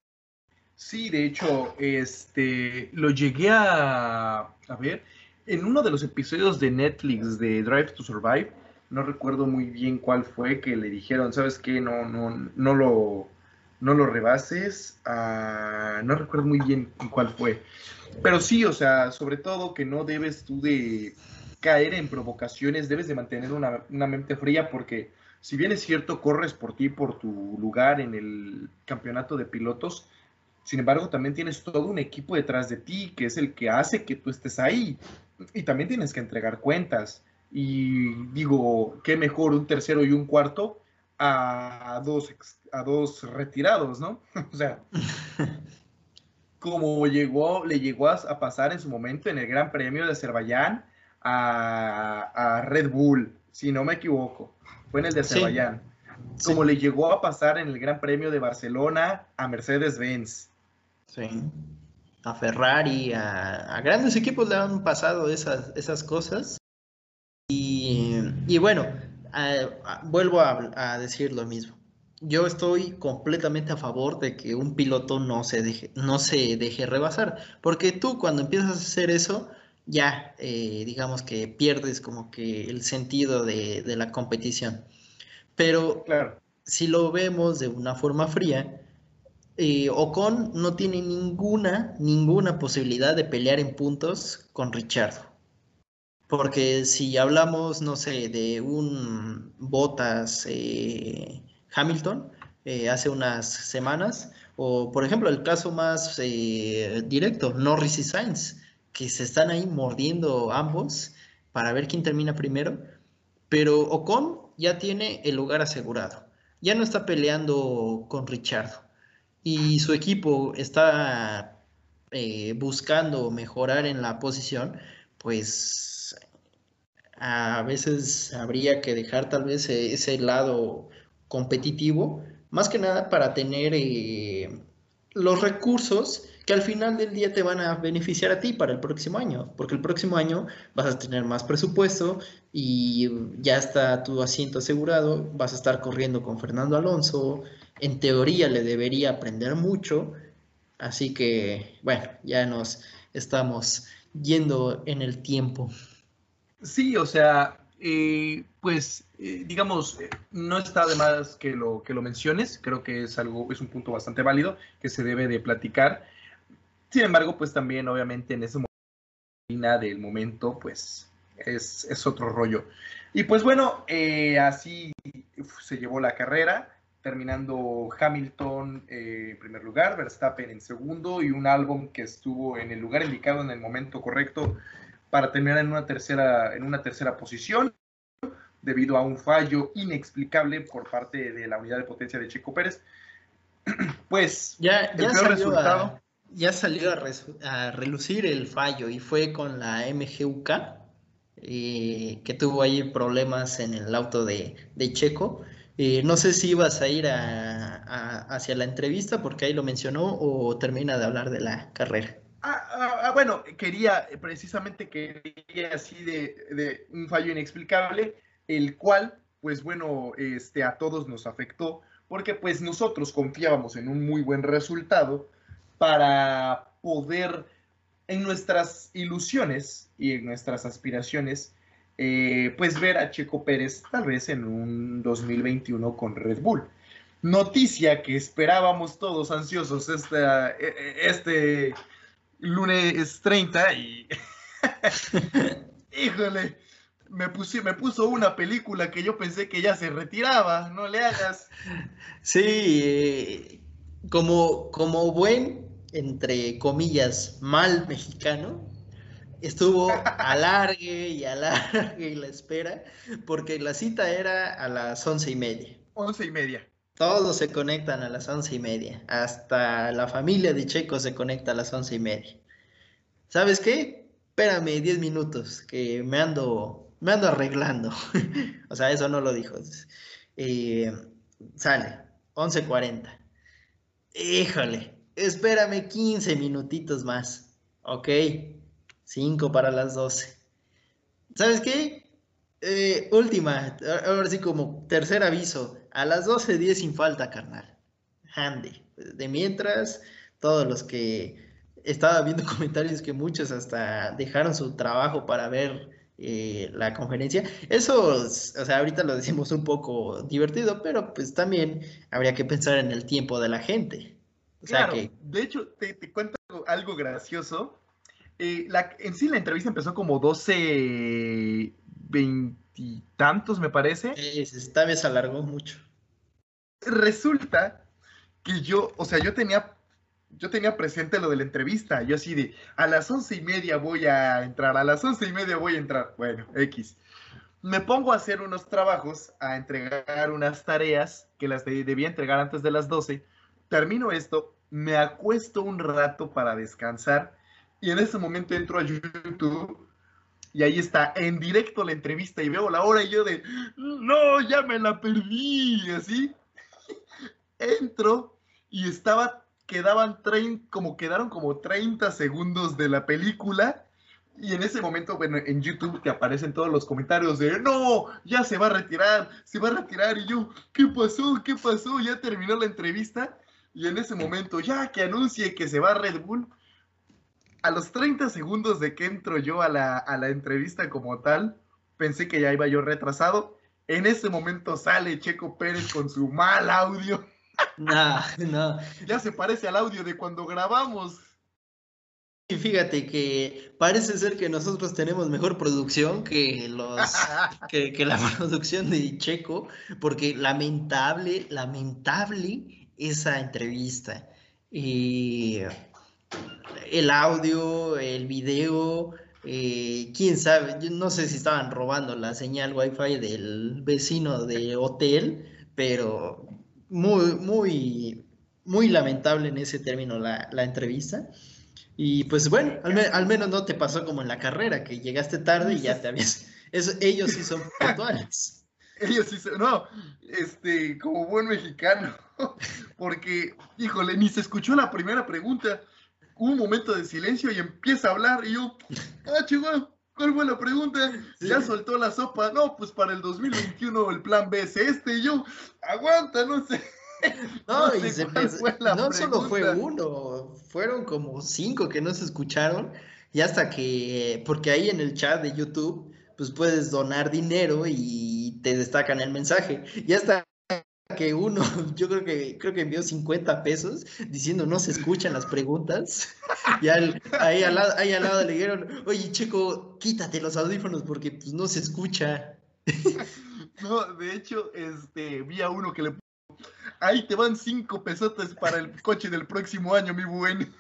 Sí, de hecho, este, lo llegué a, a ver en uno de los episodios de Netflix de Drive to Survive. No recuerdo muy bien cuál fue que le dijeron, ¿sabes qué? No, no, no lo, no lo rebases. Ah, no recuerdo muy bien cuál fue. Pero sí, o sea, sobre todo que no debes tú de caer en provocaciones, debes de mantener una, una mente fría porque si bien es cierto, corres por ti, por tu lugar en el campeonato de pilotos, sin embargo, también tienes todo un equipo detrás de ti que es el que hace que tú estés ahí. Y también tienes que entregar cuentas. Y digo, qué mejor un tercero y un cuarto a dos, a dos retirados, ¿no? O sea, como llegó, le llegó a pasar en su momento en el Gran Premio de Azerbaiyán a, a Red Bull, si no me equivoco. Fue en el de Sí, Azerbaiyán. Como sí, le llegó a pasar en el Gran Premio de Barcelona a Mercedes-Benz. sí. A Ferrari, a, a grandes equipos le han pasado esas, esas cosas. Y, y bueno, a- a- vuelvo a, a decir lo mismo. Yo estoy completamente a favor de que un piloto no se deje, no se deje rebasar, porque tú cuando empiezas a hacer eso, ya eh, digamos que pierdes como que el sentido de, de la competición. Pero Claro. si lo vemos de una forma fría, eh, Ocon no tiene ninguna, ninguna posibilidad de pelear en puntos con Richardo. Porque si hablamos, no sé, de un Bottas eh, Hamilton eh, hace unas semanas, o por ejemplo el caso más eh, directo, Norris y Sainz, que se están ahí mordiendo ambos para ver quién termina primero, pero Ocon ya tiene el lugar asegurado, ya no está peleando con Richardo y su equipo está eh, buscando mejorar en la posición, pues a veces habría que dejar tal vez eh, ese lado competitivo, más que nada para tener eh, los recursos que al final del día te van a beneficiar a ti para el próximo año, porque el próximo año vas a tener más presupuesto y ya está tu asiento asegurado, vas a estar corriendo con Fernando Alonso, en teoría le debería aprender mucho, así que bueno, ya nos estamos yendo en el tiempo. Sí, o sea, eh, pues eh, digamos, eh, no está de más que lo, que lo menciones, creo que es algo, es un punto bastante válido que se debe de platicar. Sin embargo, pues también obviamente en ese momento del momento, pues es, es otro rollo. Y pues bueno, eh, así se llevó la carrera. terminando Hamilton eh, en primer lugar, Verstappen en segundo, y un Albon que estuvo en el lugar indicado en el momento correcto para terminar en una tercera, en una tercera posición, debido a un fallo inexplicable por parte de la unidad de potencia de Checo Pérez. Pues ya, ya el peor salió resultado. A, ya salió a, res, a relucir el fallo y fue con la M G U K, eh, que tuvo ahí problemas en el auto de, de Checo. Eh, no sé si ibas a ir a, a, hacia la entrevista porque ahí lo mencionó o termina de hablar de la carrera. Ah, ah, ah, bueno, quería, precisamente quería así de, de un fallo inexplicable, el cual, pues bueno, este, a todos nos afectó, porque pues nosotros confiábamos en un muy buen resultado para poder, en nuestras ilusiones y en nuestras aspiraciones, eh, pues ver a Checo Pérez tal vez en un dos mil veintiuno con Red Bull. Noticia que esperábamos todos ansiosos esta, este lunes treinta y híjole, me, puse, me puso una película que yo pensé que ya se retiraba, no le hagas. Sí, eh, como, como buen, entre comillas, mal mexicano, estuvo alargue y alargue la espera, porque la cita era a las once y media. Once y media. Todos se conectan a las once y media. Hasta la familia de Checo se conecta a las once y media. ¿Sabes qué? Espérame diez minutos, que me ando, me ando arreglando. O sea, eso no lo dijo. Eh, sale, once cuarenta. Híjole, espérame quince minutitos más. Ok, cinco para las doce. ¿Sabes qué? Eh, última, ahora sí como tercer aviso. A las doce diez sin falta, carnal. Handy. De mientras, todos los que estaba viendo comentarios que muchos hasta dejaron su trabajo para ver eh, la conferencia. Eso, o sea, ahorita lo decimos un poco divertido, pero pues también habría que pensar en el tiempo de la gente. O Claro, sea que... de hecho, te, te cuento algo, algo gracioso. Eh, la, en sí, la entrevista empezó como doce, veintitantos, me parece. Eh, esta vez alargó mucho. Resulta que yo, o sea, yo tenía, yo tenía presente lo de la entrevista. Yo así de, a las once y media voy a entrar, a las once y media voy a entrar. Bueno, X. Me pongo a hacer unos trabajos, a entregar unas tareas que las de, debía entregar antes de las doce. Termino esto, me acuesto un rato para descansar y en ese momento entro a YouTube y ahí está en directo la entrevista y veo la hora y yo de, no, ya me la perdí, así. Entro y estaba, quedaban treinta, como quedaron como treinta segundos de la película. Y en ese momento, bueno, en YouTube te aparecen todos los comentarios de, no, ya se va a retirar, se va a retirar. Y yo, ¿qué pasó? ¿Qué pasó? Ya terminó la entrevista. Y en ese momento, ya que anuncie que se va a Red Bull, a los treinta segundos de que entro yo a la, a la entrevista como tal, pensé que ya iba yo retrasado. En ese momento sale Checo Pérez con su mal audio. No, no. Ya se parece al audio de cuando grabamos. Y fíjate que parece ser que nosotros tenemos mejor producción que los que, que la producción de Checo, porque lamentable, lamentable esa entrevista. Y el audio, el video, eh, quién sabe, yo no sé si estaban robando la señal Wi-Fi del vecino de hotel, pero muy, muy, muy lamentable en ese término la, la entrevista. Y pues bueno, al, me al, menos no te pasó como en la carrera, que llegaste tarde y ya te habías... Eso, ellos sí son puntuales. Ellos sí son... No, este, como buen mexicano. Porque, híjole, ni se escuchó la primera pregunta. Hubo un momento de silencio y empieza a hablar y yo... Ah, chihuahua, ¿cuál fue la pregunta? Sí. Ya soltó la sopa. No, pues para el dos mil veintiuno el plan B es este. Y yo, aguanta, no sé... No, no, y se fue no solo fue uno, fueron como cinco que no se escucharon, y hasta que, porque ahí en el chat de YouTube, pues puedes donar dinero y te destacan el mensaje, y hasta que uno, yo creo que creo que envió cincuenta pesos diciendo no se escuchan las preguntas, y al, ahí, al lado, ahí al lado le dijeron, oye Checo, quítate los audífonos porque pues no se escucha. No, de hecho, este, vi a uno que le Ahí te van cinco pesotes para el coche del próximo año, mi buen.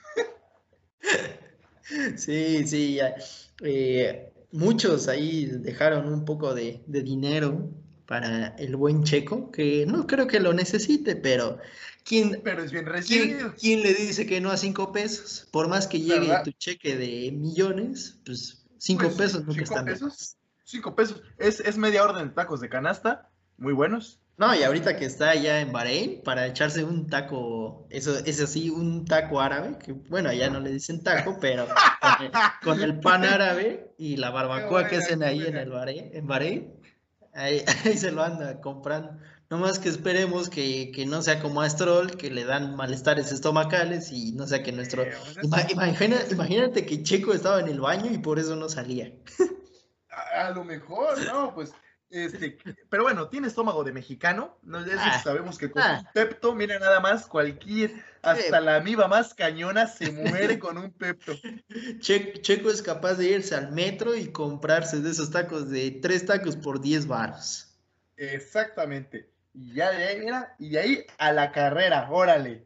Sí, sí, ya. Eh, muchos ahí dejaron un poco de, de dinero para el buen Checo, que no creo que lo necesite, pero ¿quién, Pero es bien quién, recibido, quién le dice que no a cinco pesos? Por más que llegue ¿verdad? tu cheque de millones, pues cinco Pues pesos nunca cinco están de pesos, más. cinco pesos. Es, es media orden de tacos de canasta, muy buenos. No, y ahorita que está allá en Bahrein para echarse un taco, eso es así, un taco árabe, que bueno, allá no le dicen taco, pero con el, con el pan árabe y la Qué barbacoa que buena, hacen qué ahí en buena. el Bahrein, en Bahrein, ahí, ahí se lo anda comprando. No más que esperemos que, que no sea como a Stroll, que le dan malestares estomacales y no sea que nuestro... Eh, pues es- Ima- imagina, es- imagínate que Checo estaba en el baño y por eso no salía. a, a lo mejor, ¿no? Pues, este, pero bueno, tiene estómago de mexicano, ¿no? Eso Ah, sabemos que con ah, un Pepto, mira nada más, cualquier, hasta eh, la amiba más cañona se muere con un Pepto. Che- Checo es capaz de irse al metro y comprarse de esos tacos de tres tacos por diez varos. Exactamente. Y ya de ahí, mira, y de ahí a la carrera, órale.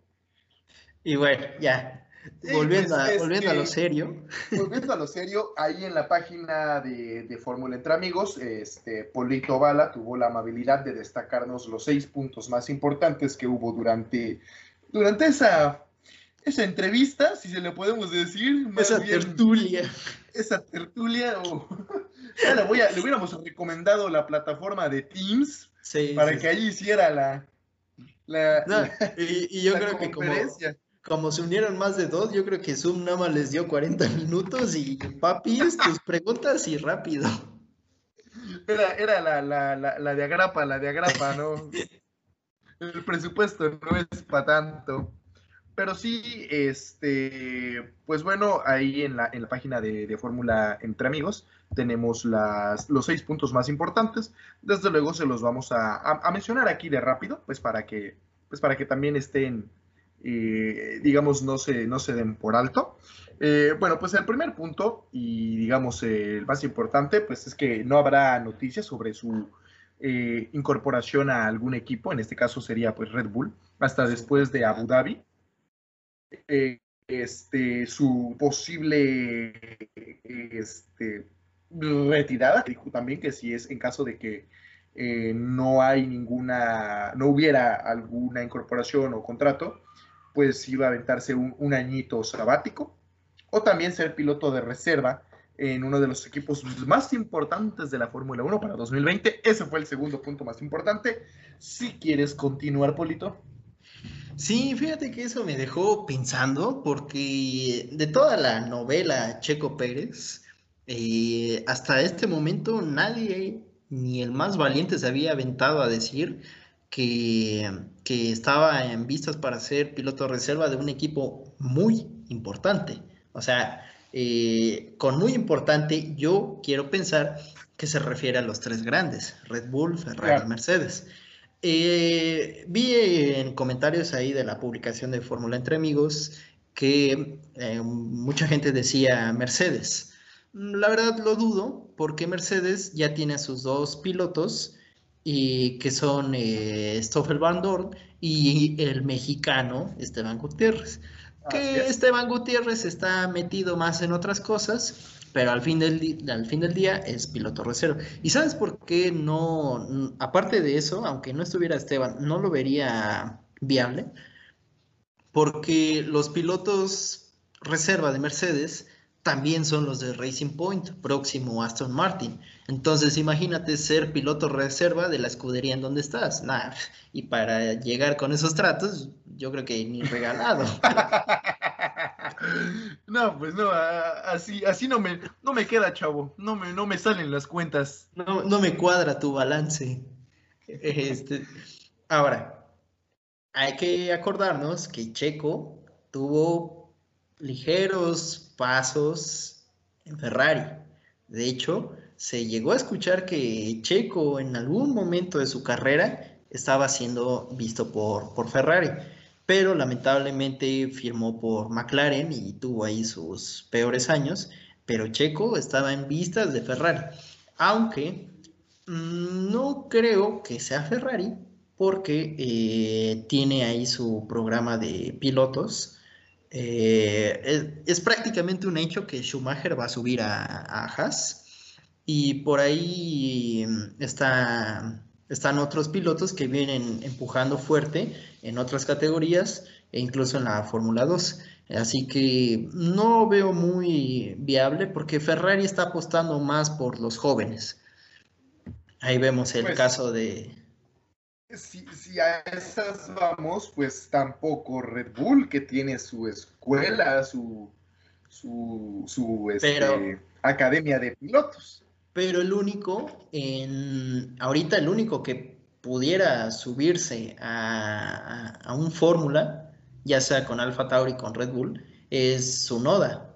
Y bueno, ya, Y volviendo pues, a, volviendo a lo este, serio. volviendo a lo serio, ahí en la página de, de Fórmula Entre Amigos, este, Polito Bala tuvo la amabilidad de destacarnos los seis puntos más importantes que hubo durante, durante esa, esa entrevista, si se le podemos decir, más Esa bien tertulia. esa tertulia, o ya le, voy a, le hubiéramos recomendado la plataforma de Teams Sí, para sí, que sí. allí hiciera la, la, No, la, y, y yo la creo que como, conferencia. como se unieron más de dos, yo creo que Zoom nada más les dio cuarenta minutos y papis, tus preguntas y rápido. Era, era la, la, la, la de agrapa, la de agrapa, ¿no? El presupuesto no es para tanto. Pero sí, este, pues bueno, ahí en la, en la página de, de Fórmula Entre Amigos tenemos las, los seis puntos más importantes. Desde luego se los vamos a, a, a mencionar aquí de rápido, pues para que, pues para que también estén, eh, digamos, no se, no se den por alto. Eh, bueno, pues el primer punto, y digamos eh, el más importante, pues es que no habrá noticias sobre su eh, incorporación a algún equipo, en este caso sería pues Red Bull, hasta Súper después de bien. Abu Dhabi. Eh, este, su posible este, retirada, dijo también que si es en caso de que eh, no hay ninguna, no hubiera alguna incorporación o contrato, pues iba a aventarse un, un añito sabático, o también ser piloto de reserva en uno de los equipos más importantes de la Fórmula uno para dos mil veinte. Ese fue el segundo punto más importante. Si quieres continuar, Polito. Sí, fíjate que eso me dejó pensando porque de toda la novela Checo Pérez, eh, hasta este momento nadie, ni el más valiente, se había aventado a decir que, que estaba en vistas para ser piloto reserva de un equipo muy importante. O sea, eh, con muy importante yo quiero pensar que se refiere a los tres grandes, Red Bull, Ferrari y Claro. Mercedes. Eh, vi en comentarios ahí de la publicación de Fórmula Entre Amigos que eh, mucha gente decía Mercedes. La verdad lo dudo porque Mercedes ya tiene a sus dos pilotos y que son eh, Stoffel Van Dorn y el mexicano Esteban Gutiérrez. Así Que es. Esteban Gutiérrez está metido más en otras cosas, pero al fin del, al fin del día es piloto reserva. ¿Y sabes por qué no? Aparte de eso, aunque no estuviera Esteban, no lo vería viable, porque los pilotos reserva de Mercedes también son los de Racing Point, próximo Aston Martin. Entonces, imagínate ser piloto reserva de la escudería en donde estás. Nah, y para llegar con esos tratos, yo creo que ni regalado. No, pues no, así, así no me, no me queda, chavo. No me, no me salen las cuentas. No, no me cuadra tu balance. Este, ahora, hay que acordarnos que Checo tuvo ligeros pasos en Ferrari. De hecho, se llegó a escuchar que Checo en algún momento de su carrera estaba siendo visto por, por Ferrari, pero lamentablemente firmó por McLaren y tuvo ahí sus peores años, pero Checo estaba en vistas de Ferrari, aunque mm, no creo que sea Ferrari, porque eh, tiene ahí su programa de pilotos. Eh, es, es prácticamente un hecho que Schumacher va a subir a, a Haas y por ahí mm, está, están otros pilotos que vienen empujando fuerte en otras categorías e incluso en la Fórmula dos. Así que no veo muy viable porque Ferrari está apostando más por los jóvenes. Ahí vemos el Pues caso de... si, si a esas vamos, pues tampoco Red Bull, que tiene su escuela, su, su, su Pero, este, academia de pilotos. pero el único, en, ahorita el único que pudiera subirse a, a, a un Fórmula, ya sea con Alfa Tauri, con Red Bull, es Tsunoda.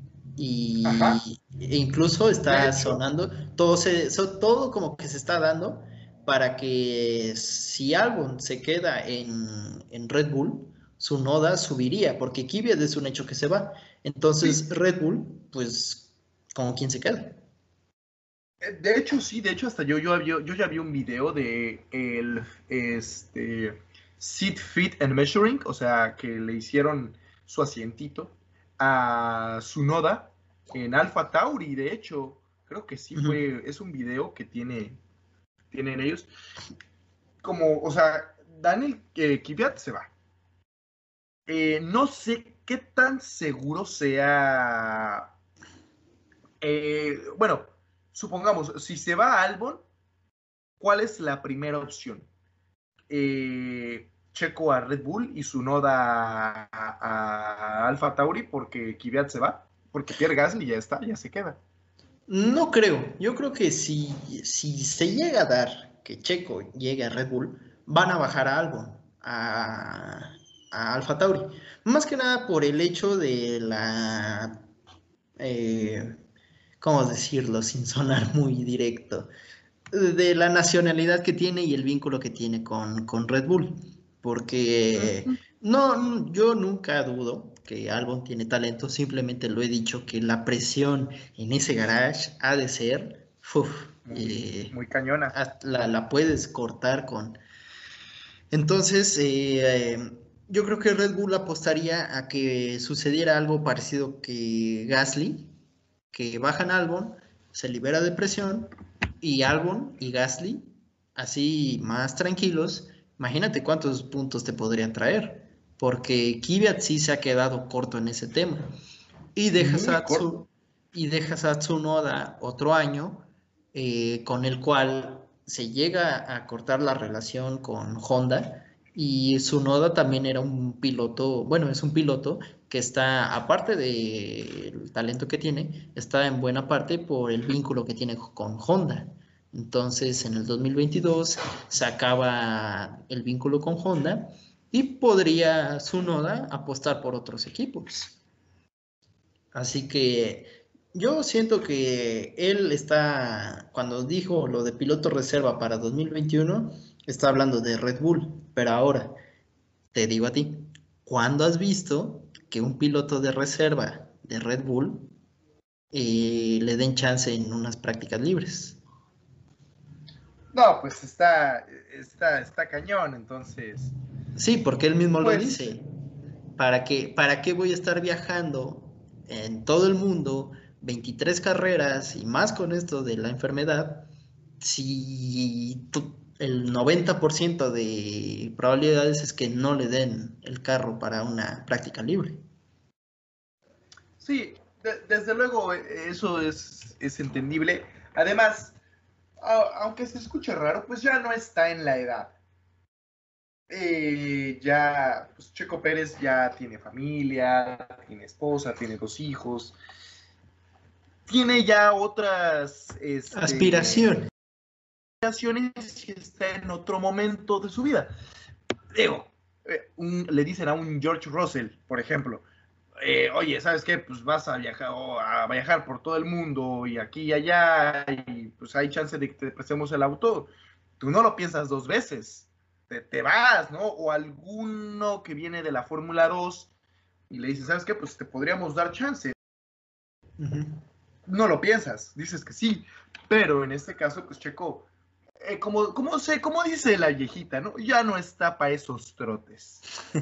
Ajá. Y e incluso De está hecho, sonando, todo, se, so- todo como que se está dando para que si Albon se queda en, en Red Bull, su Noda subiría, porque Kvyat es un hecho que se va. Entonces sí, Red Bull, pues, ¿con quién se queda? eh, de hecho sí, de hecho hasta yo, yo, había- yo ya vi un video de el este, Seat Fit and Measuring, o sea, que le hicieron su asientito a Tsunoda en Alpha Tauri, de hecho, creo que sí Ujú. fue, es un video que tiene, tienen ellos, como, o sea, Daniel eh, Kvyat se va. Eh, no sé qué tan seguro sea, eh, bueno, supongamos, si se va a Albon, ¿cuál es la primera opción? Eh, Checo a Red Bull y Tsunoda a, a, a Alfa Tauri porque Kvyat se va, porque Pierre Gasly ya está, ya se queda. No creo. Yo creo que si, si se llega a dar que Checo llegue a Red Bull, van a bajar a Albon, a, a Alfa Tauri. Más que nada por el hecho de la... eh, ¿cómo decirlo sin sonar muy directo? De la nacionalidad que tiene y el vínculo que tiene con, con Red Bull. Porque Mm, no, yo nunca dudo que Albon tiene talento, simplemente lo he dicho que la presión en ese garage ha de ser, uf, muy, eh, muy cañona. la, la, puedes cortar con... Entonces, eh, eh, yo creo que Red Bull apostaría a que sucediera algo parecido que Gasly, que bajan Albon, se libera de presión y Albon y Gasly, así más tranquilos, imagínate cuántos puntos te podrían traer, porque Kvyat sí se ha quedado corto en ese tema. Y dejas Muy a, corto. Tsu, y dejas a Tsunoda otro año eh, con el cual se llega a cortar la relación con Honda y Tsunoda también era un piloto, bueno, es un piloto que está, aparte del talento que tiene, está en buena parte por el vínculo que tiene con Honda. Entonces, en el dos mil veintidós se acaba el vínculo con Honda y podría Tsunoda apostar por otros equipos. Así que yo siento que él está, cuando dijo lo de piloto reserva para dos mil veintiuno, está hablando de Red Bull. Pero ahora, te digo a ti, ¿cuándo has visto que un piloto de reserva de Red Bull eh, le den chance en unas prácticas libres? No, pues está, está, está cañón, entonces, Sí, porque él mismo lo pues dice. ¿Para qué, para qué voy a estar viajando en todo el mundo veintitrés carreras y más con esto de la enfermedad si tu- el noventa por ciento de probabilidades es que no le den el carro para una práctica libre? sí, de, desde luego eh, eso es, es entendible. Además, a, aunque se escuche raro, pues ya no está en la edad. Eh, ya, pues Checo Pérez ya tiene familia, tiene esposa, tiene dos hijos, tiene ya otras este, Aspiración. aspiraciones y está en otro momento de su vida. Digo, eh, un, le dicen a un George Russell, por ejemplo, eh, oye, ¿sabes qué? Pues vas a viajar, oh, a viajar por todo el mundo y aquí y allá y pues hay chance de que te prestemos el auto. Tú no lo piensas dos veces, te, te vas, ¿no? O alguno que viene de la Fórmula dos y le dices, ¿sabes qué? Pues te podríamos dar chance. Uh -huh. No lo piensas, dices que sí, pero en este caso, pues Checo eh, como, como, se, como dice la viejita, ¿no? Ya no está para esos trotes.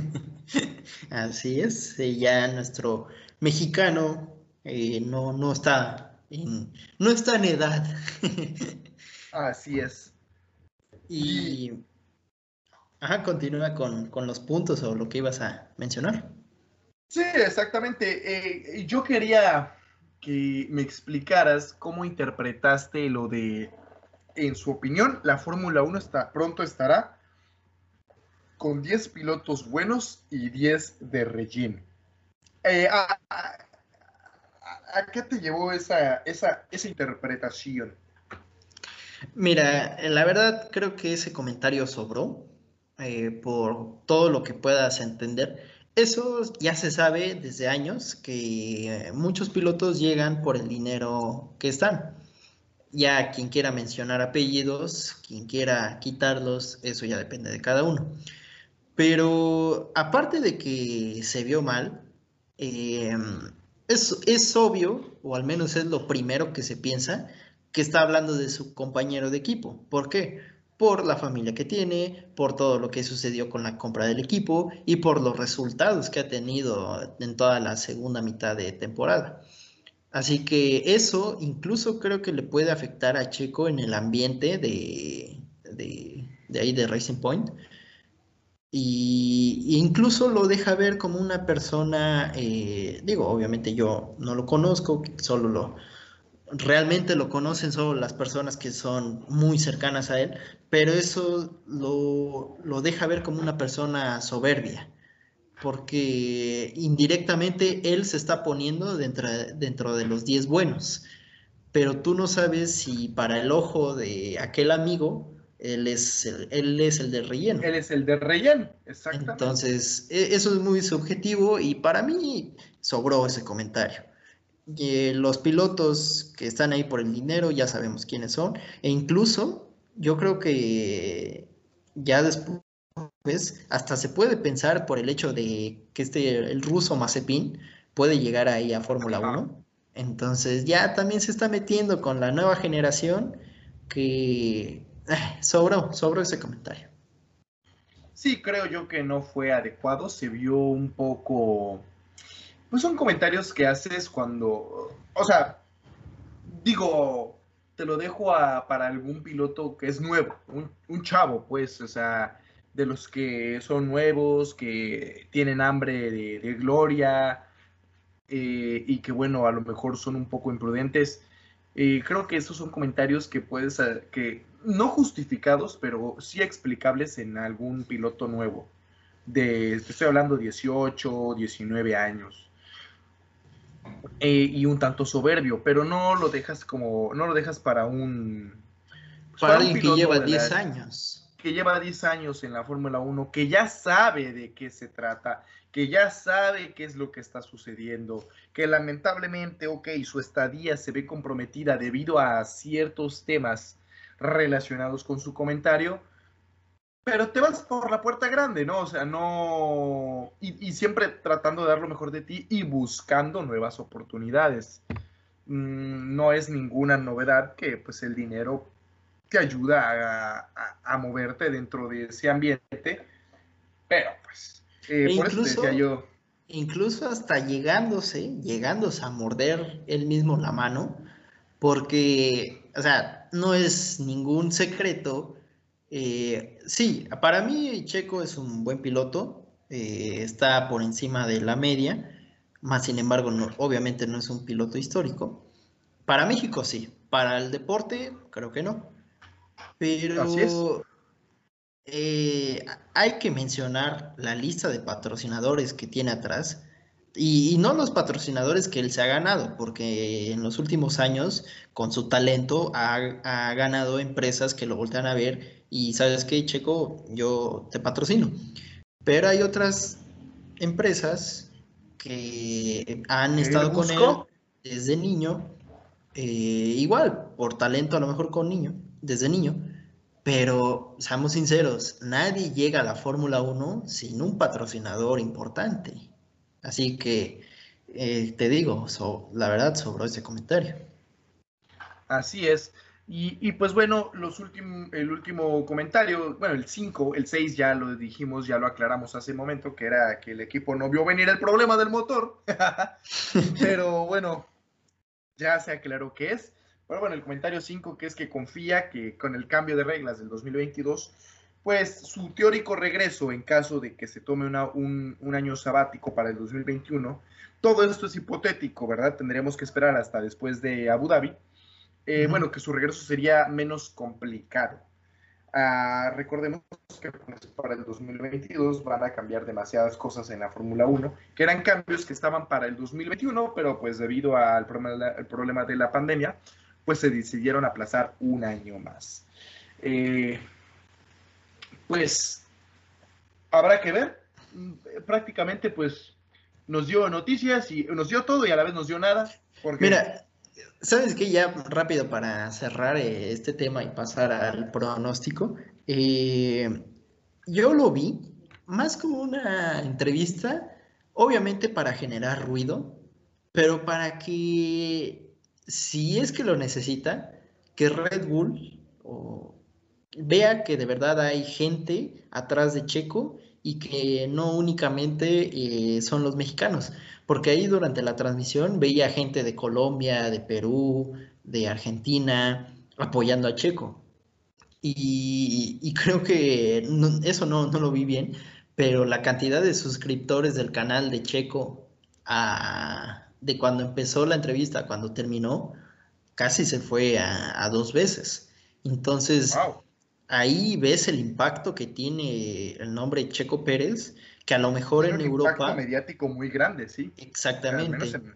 Así es, eh, ya nuestro mexicano eh, no, no está en, no está en edad. Así es. Y Y ajá, continúa con, con los puntos o lo que ibas a mencionar. sí, exactamente. Eh, yo quería que me explicaras cómo interpretaste lo de, en su opinión, la Fórmula Uno está, pronto estará con diez pilotos buenos y diez de relleno. Eh, a, a, ¿A qué te llevó esa, esa, esa interpretación? Mira, eh, la verdad creo que ese comentario sobró eh, por todo lo que puedas entender. Eso ya se sabe desde años que eh, muchos pilotos llegan por el dinero que están. Ya quien quiera mencionar apellidos, quien quiera quitarlos, eso ya depende de cada uno. Pero aparte de que se vio mal, eh, es, es obvio, o al menos es lo primero que se piensa, que está hablando de su compañero de equipo. ¿Por qué? Por la familia que tiene, por todo lo que sucedió con la compra del equipo y por los resultados que ha tenido en toda la segunda mitad de temporada. Así que eso incluso creo que le puede afectar a Checo en el ambiente de, de, de ahí de Racing Point. Y, y incluso lo deja ver como una persona, eh, digo, obviamente yo no lo conozco, solo lo, realmente lo conocen solo las personas que son muy cercanas a él, pero eso lo, lo deja ver como una persona soberbia, porque indirectamente él se está poniendo dentro, dentro de los diez buenos, pero tú no sabes si para el ojo de aquel amigo él es el, él es el de relleno. Él es el de relleno, exactamente. Entonces, e- eso es muy subjetivo y para mí sobró ese comentario. Y, eh, los pilotos que están ahí por el dinero ya sabemos quiénes son, e incluso yo creo que ya después hasta se puede pensar por el hecho de que este, el ruso Mazepin puede llegar ahí a Fórmula Ajá. Uno. Entonces ya también se está metiendo con la nueva generación que eh, sobró, sobró ese comentario. Sí, creo yo que no fue adecuado. Se vio un poco. Pues son comentarios que haces cuando. O sea, digo, te lo dejo a, para algún piloto que es nuevo, un, un chavo, pues, o sea, de los que son nuevos, que tienen hambre de, de gloria, eh, y que bueno, a lo mejor son un poco imprudentes. Eh, creo que esos son comentarios que puedes, eh, que no justificados, pero sí explicables en algún piloto nuevo. De, te estoy hablando dieciocho, diecinueve años. Eh, y un tanto soberbio, pero no lo dejas como, no lo dejas para un, pues Para para un alguien que piloto lleva de diez la, años. que lleva diez años en la Fórmula Uno, que ya sabe de qué se trata, que ya sabe qué es lo que está sucediendo, que lamentablemente, ok, su estadía se ve comprometida debido a ciertos temas relacionados con su comentario, pero te vas por la puerta grande, ¿no? O sea, no... Y, y siempre tratando de dar lo mejor de ti y buscando nuevas oportunidades. Mm, no es ninguna novedad que pues el dinero te ayuda a, a, a moverte dentro de ese ambiente, pero pues eh, E por eso te decía incluso, yo, incluso hasta llegándose, llegándose a morder él mismo la mano, porque, o sea, no es ningún secreto. Eh, sí, para mí Checo es un buen piloto, eh, está por encima de la media, más sin embargo, no, obviamente no es un piloto histórico. Para México sí, para el deporte creo que no, así es. pero eh, hay que mencionar la lista de patrocinadores que tiene atrás y, y no los patrocinadores que él se ha ganado, porque en los últimos años, con su talento, ha, ha ganado empresas que lo voltean a ver y sabes qué, Checo, yo te patrocino. Pero hay otras empresas que han Que él estado con él buscó, desde niño, eh, igual, por talento a lo mejor con niño, desde niño, pero seamos sinceros, nadie llega a la Fórmula Uno sin un patrocinador importante. Así que eh, te digo, so, la verdad sobró ese comentario. así es. Y, y pues bueno, los últimos, el último comentario, bueno, el cinco, el seis ya lo dijimos, ya lo aclaramos hace un momento, que era que el equipo no vio venir el problema del motor. Pero bueno, ya se aclaró qué es. Pero bueno, el comentario cinco, que es que confía que con el cambio de reglas del dos mil veintidós, pues su teórico regreso en caso de que se tome una, un, un año sabático para el dos mil veintiuno, todo esto es hipotético, ¿verdad? Tendríamos que esperar hasta después de Abu Dhabi. Eh, uh-huh. Bueno, que su regreso sería menos complicado. Uh, recordemos que pues, para el dos mil veintidós van a cambiar demasiadas cosas en la Fórmula uno, que eran cambios que estaban para el dos mil veintiuno, pero pues debido al problema, al problema de la pandemia, pues se decidieron aplazar un año más. Eh, pues habrá que ver. Prácticamente pues nos dio noticias y nos dio todo y a la vez nos dio nada. Porque... Mira, ¿sabes qué? Ya rápido para cerrar eh, este tema y pasar al pronóstico. Eh, yo lo vi más como una entrevista, obviamente para generar ruido, pero para que, si es que lo necesita, que Red Bull o, vea que de verdad hay gente atrás de Checo y que no únicamente eh, son los mexicanos. Porque ahí durante la transmisión veía gente de Colombia, de Perú, de Argentina, apoyando a Checo. Y, y creo que no, eso no, no lo vi bien, pero la cantidad de suscriptores del canal de Checo a, de cuando empezó la entrevista a cuando terminó, casi se fue a, a dos veces. Entonces, wow. Ahí ves el impacto que tiene el nombre Checo Pérez, que a lo mejor tiene en un Europa... impacto mediático muy grande, sí. Exactamente. En...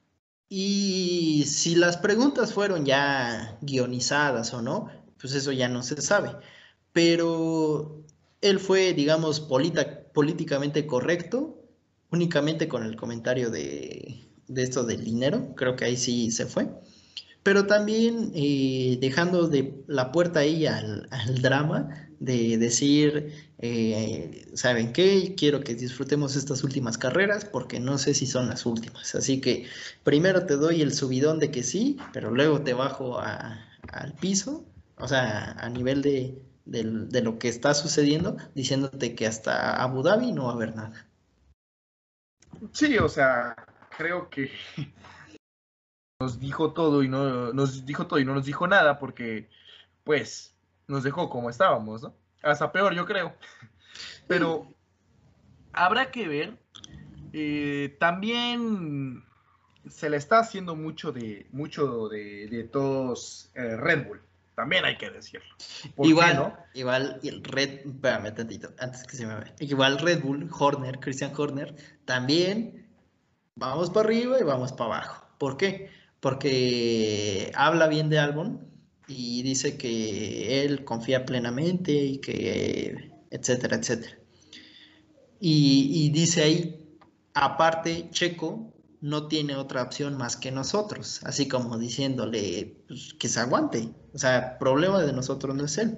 Y si las preguntas fueron ya guionizadas o no, pues eso ya no se sabe. Pero él fue, digamos, polita, políticamente correcto, únicamente con el comentario de, de esto del dinero, creo que ahí sí se fue. Pero también eh, dejando de la puerta ahí al, al drama de decir, eh, ¿saben qué? Quiero que disfrutemos estas últimas carreras porque no sé si son las últimas. Así que primero te doy el subidón de que sí, pero luego te bajo a, al piso, o sea, a nivel de, de, de lo que está sucediendo, diciéndote que hasta Abu Dhabi no va a haber nada. Sí, o sea, creo que... nos dijo todo y no nos dijo todo y no nos dijo nada porque pues nos dejó como estábamos, ¿no? Hasta peor, yo creo. Pero habrá que ver. Eh, también se le está haciendo mucho de mucho de, de todos eh, Red Bull. También hay que decirlo. Igual, no? igual el Red, espérame tantito, antes que se me vea. Igual Red Bull, Horner, Christian Horner, también vamos para arriba y vamos para abajo. ¿Por qué? Porque habla bien de Albon y dice que él confía plenamente y que etcétera, etcétera. Y, y dice ahí, aparte, Checo no tiene otra opción más que nosotros, así como diciéndole pues, que se aguante. O sea, problema de nosotros no es él.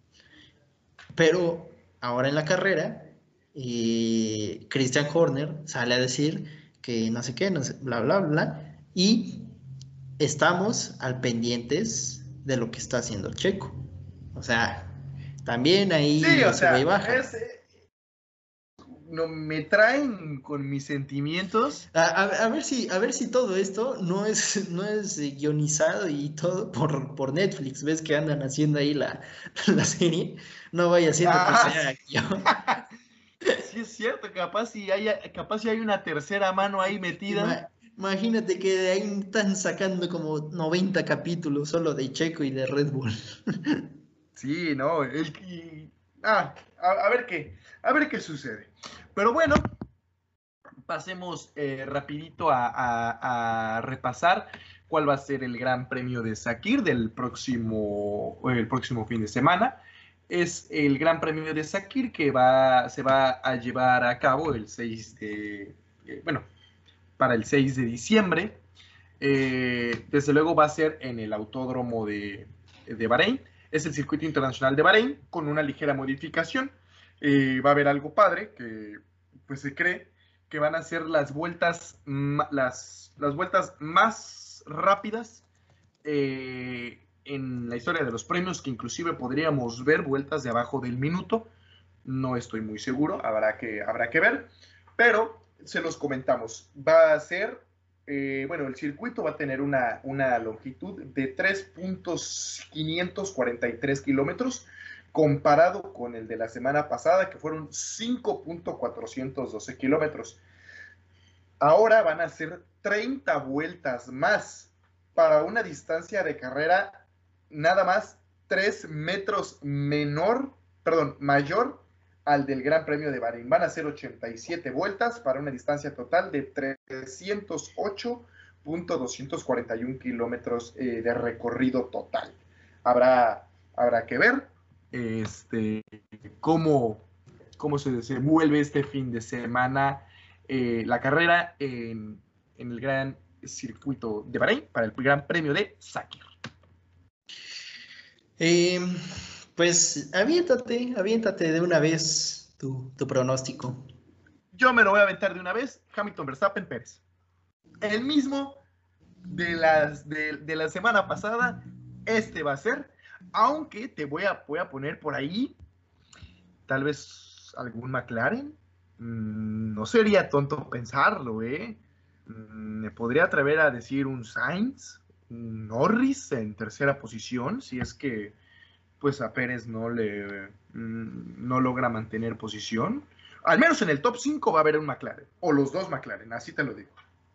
Pero ahora en la carrera, eh, Christian Horner sale a decir que no sé qué, no sé, bla, bla, bla, y estamos al pendientes de lo que está haciendo Checo. O sea, también ahí sí, o se sea, ve y baja. Es, no, me traen con mis sentimientos. A, a, a, ver si, a ver si todo esto no es, no es guionizado y todo por, por Netflix. ¿Ves que andan haciendo ahí la, la serie? No vaya siendo ah, que sea guión. Sí es cierto, capaz si hay, capaz si hay una tercera mano ahí metida. Imagínate que de ahí están sacando como noventa capítulos solo de Checo y de Red Bull. Sí, no, el, ah, a, a ver qué, a ver qué sucede. Pero bueno, pasemos eh, rapidito a, a, a repasar cuál va a ser el Gran Premio de Sakir del próximo, el próximo fin de semana. Es el Gran Premio de Sakir que va, se va a llevar a cabo el seis de, eh, bueno, para el seis de diciembre. Eh, desde luego va a ser en el Autódromo de, de Bahrein. Es el Circuito Internacional de Bahrein con una ligera modificación. Eh, va a haber algo padre que pues se cree que van a ser las vueltas, las, las vueltas más rápidas eh, en la historia de los premios que inclusive podríamos ver vueltas de abajo del minuto. No estoy muy seguro, habrá que, habrá que ver, pero se los comentamos. Va a ser, eh, bueno, el circuito va a tener una, una longitud de tres punto quinientos cuarenta y tres kilómetros, comparado con el de la semana pasada, que fueron cinco punto cuatrocientos doce kilómetros. Ahora van a ser treinta vueltas más para una distancia de carrera nada más tres metros menor, perdón, mayor al del Gran Premio de Bahrein. Van a ser ochenta y siete vueltas para una distancia total de trescientos ocho punto doscientos cuarenta y uno kilómetros eh, de recorrido total. Habrá, habrá que ver este, cómo, cómo se desenvuelve este fin de semana eh, la carrera en, en el Gran Circuito de Bahrein para el Gran Premio de Sakhir. Eh, pues aviéntate, aviéntate de una vez tu, tu pronóstico. Yo me lo voy a aventar de una vez. Hamilton, Verstappen, Pérez. El mismo de, las, de, de la semana pasada, este va a ser, aunque te voy a, voy a poner por ahí, tal vez algún McLaren. Mm, no sería tonto pensarlo, ¿eh? Mm, me podría atrever a decir un Sainz, un Norris en tercera posición, si es que pues a Pérez no le mm, no logra mantener posición. Al menos en el top cinco va a haber un McLaren, o los dos McLaren, así te lo digo.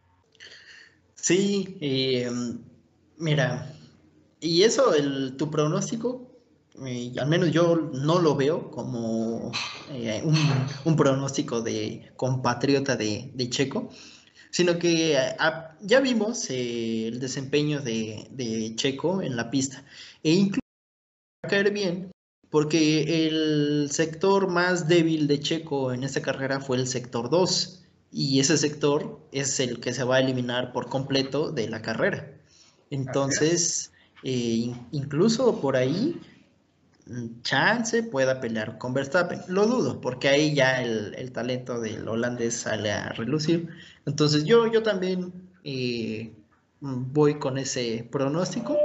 Sí, eh, mira, y eso, el, tu pronóstico, eh, al menos yo no lo veo como eh, un, un pronóstico de compatriota de, de Checo, sino que a, ya vimos eh, el desempeño de, de Checo en la pista, e incluso va a caer bien, porque el sector más débil de Checo en esta carrera fue el sector dos, y ese sector es el que se va a eliminar por completo de la carrera. Entonces, eh, incluso por ahí, chance pueda pelear con Verstappen. Lo dudo, porque ahí ya el, el talento del holandés sale a relucir. Entonces, yo, yo también eh, voy con ese pronóstico.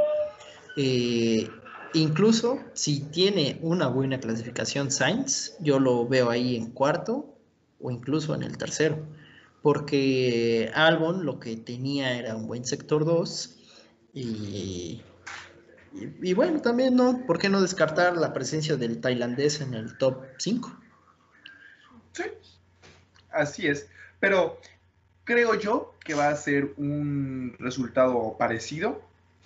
Eh, incluso si tiene una buena clasificación Sainz, yo lo veo ahí en cuarto o incluso en el tercero, porque Albon lo que tenía era un buen sector dos y, y, y bueno, también no, ¿por qué no descartar la presencia del tailandés en el top cinco? Sí, así es, pero creo yo que va a ser un resultado parecido,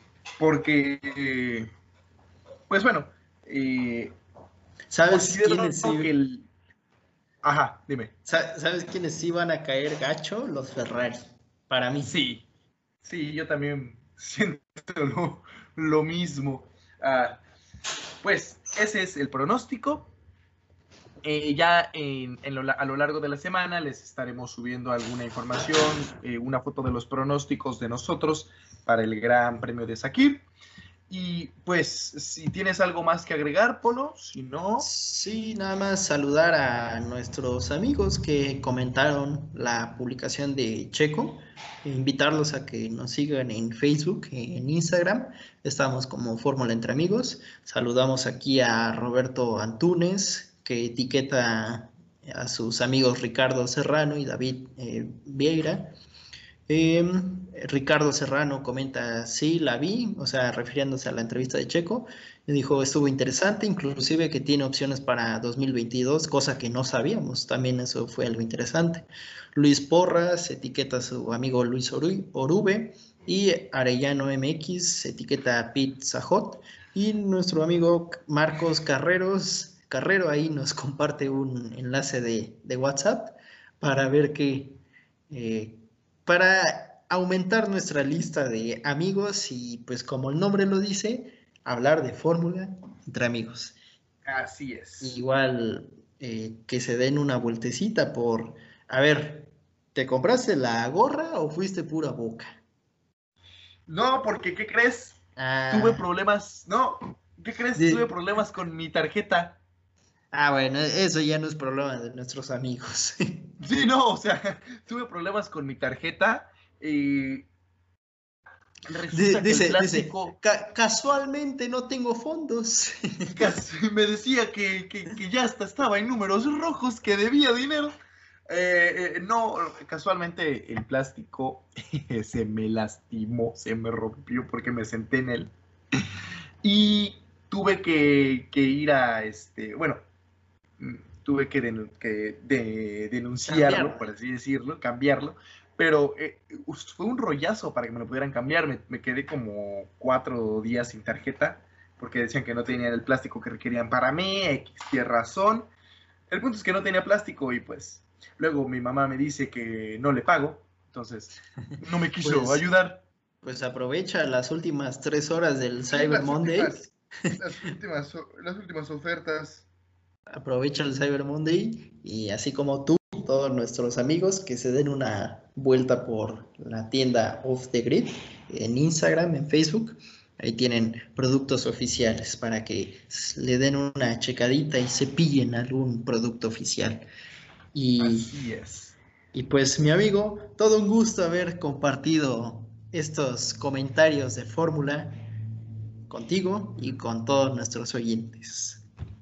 porque pues bueno, eh, ¿Sabes quiénes sí? Que el... Ajá, dime. ¿Sabes quiénes sí van a caer gacho? Los Ferrari, para mí. Sí, sí, yo también siento lo, lo mismo. Uh, pues ese es el pronóstico. Eh, ya en, en lo, a lo largo de la semana les estaremos subiendo alguna información, eh, una foto de los pronósticos de nosotros para el Gran Premio de Sakhir. Y pues, si tienes algo más que agregar, Polo, si no... Sí, nada más saludar a nuestros amigos que comentaron la publicación de Checo, e invitarlos a que nos sigan en Facebook, en Instagram, estamos como Fórmula Entre Amigos. Saludamos aquí a Roberto Antunes, que etiqueta a sus amigos Ricardo Serrano y David eh, Vieira. Eh, Ricardo Serrano comenta, sí, la vi, o sea, refiriéndose a la entrevista de Checo, y dijo, estuvo interesante, inclusive que tiene opciones para dos mil veintidós, cosa que no sabíamos, también eso fue algo interesante. Luis Porras etiqueta a su amigo Luis Orube, y Arellano M X etiqueta a Pete Sajot, y nuestro amigo Marcos Carreros, Carrero ahí nos comparte un enlace de, de WhatsApp para ver qué... Eh, para aumentar nuestra lista de amigos y pues como el nombre lo dice, hablar de fórmula entre amigos. Así es. Igual eh, que se den una vueltecita por, a ver, ¿te compraste la gorra o fuiste pura boca? No, porque ¿qué crees? Ah. Tuve problemas, no, ¿qué crees? De... Tuve problemas con mi tarjeta. Ah, bueno, eso ya no es problema de nuestros amigos. Sí, no, o sea, tuve problemas con mi tarjeta y Resulta que dice, el plástico... dice "Ca casualmente no tengo fondos". Casi me decía que, que, que ya hasta estaba en números rojos, que debía dinero. Eh, eh, no, casualmente el plástico se me lastimó, se me rompió porque me senté en él. Y tuve que, que ir a, este, bueno, tuve que, den, que de, denunciarlo, cambiarlo. Por así decirlo, cambiarlo. Pero eh, fue un rollazo para que me lo pudieran cambiar. Me, me quedé como cuatro días sin tarjeta porque decían que no tenían el plástico que requerían para mí, X razón. El punto es que no tenía plástico y pues luego mi mamá me dice que no le pago, entonces no me quiso pues, ayudar. Pues aprovecha las últimas tres horas del sí, Cyber las Monday. Últimas, las, últimas, las últimas ofertas. Aprovecha el Cyber Monday y así como tú, todos nuestros amigos que se den una vuelta por la tienda Off the Grid en Instagram, en Facebook. Ahí tienen productos oficiales para que le den una checadita y se pillen algún producto oficial. Y, así es. Y pues mi amigo, todo un gusto haber compartido estos comentarios de fórmula contigo y con todos nuestros oyentes.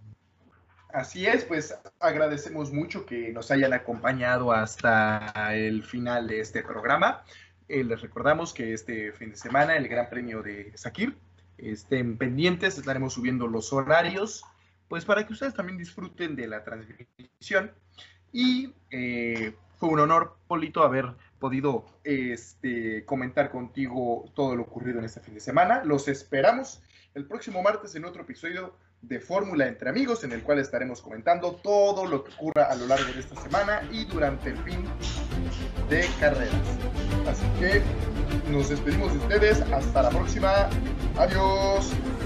Así es, pues agradecemos mucho que nos hayan acompañado hasta el final de este programa. Eh, les recordamos que este fin de semana el Gran Premio de Sakir, estén pendientes, estaremos subiendo los horarios, pues para que ustedes también disfruten de la transmisión. Y eh, fue un honor, Polito, haber podido este, comentar contigo todo lo ocurrido en este fin de semana. Los esperamos el próximo martes en otro episodio de Fórmula Entre Amigos, en el cual estaremos comentando todo lo que ocurra a lo largo de esta semana y durante el fin de carreras. Así que nos despedimos de ustedes. Hasta la próxima. Adiós.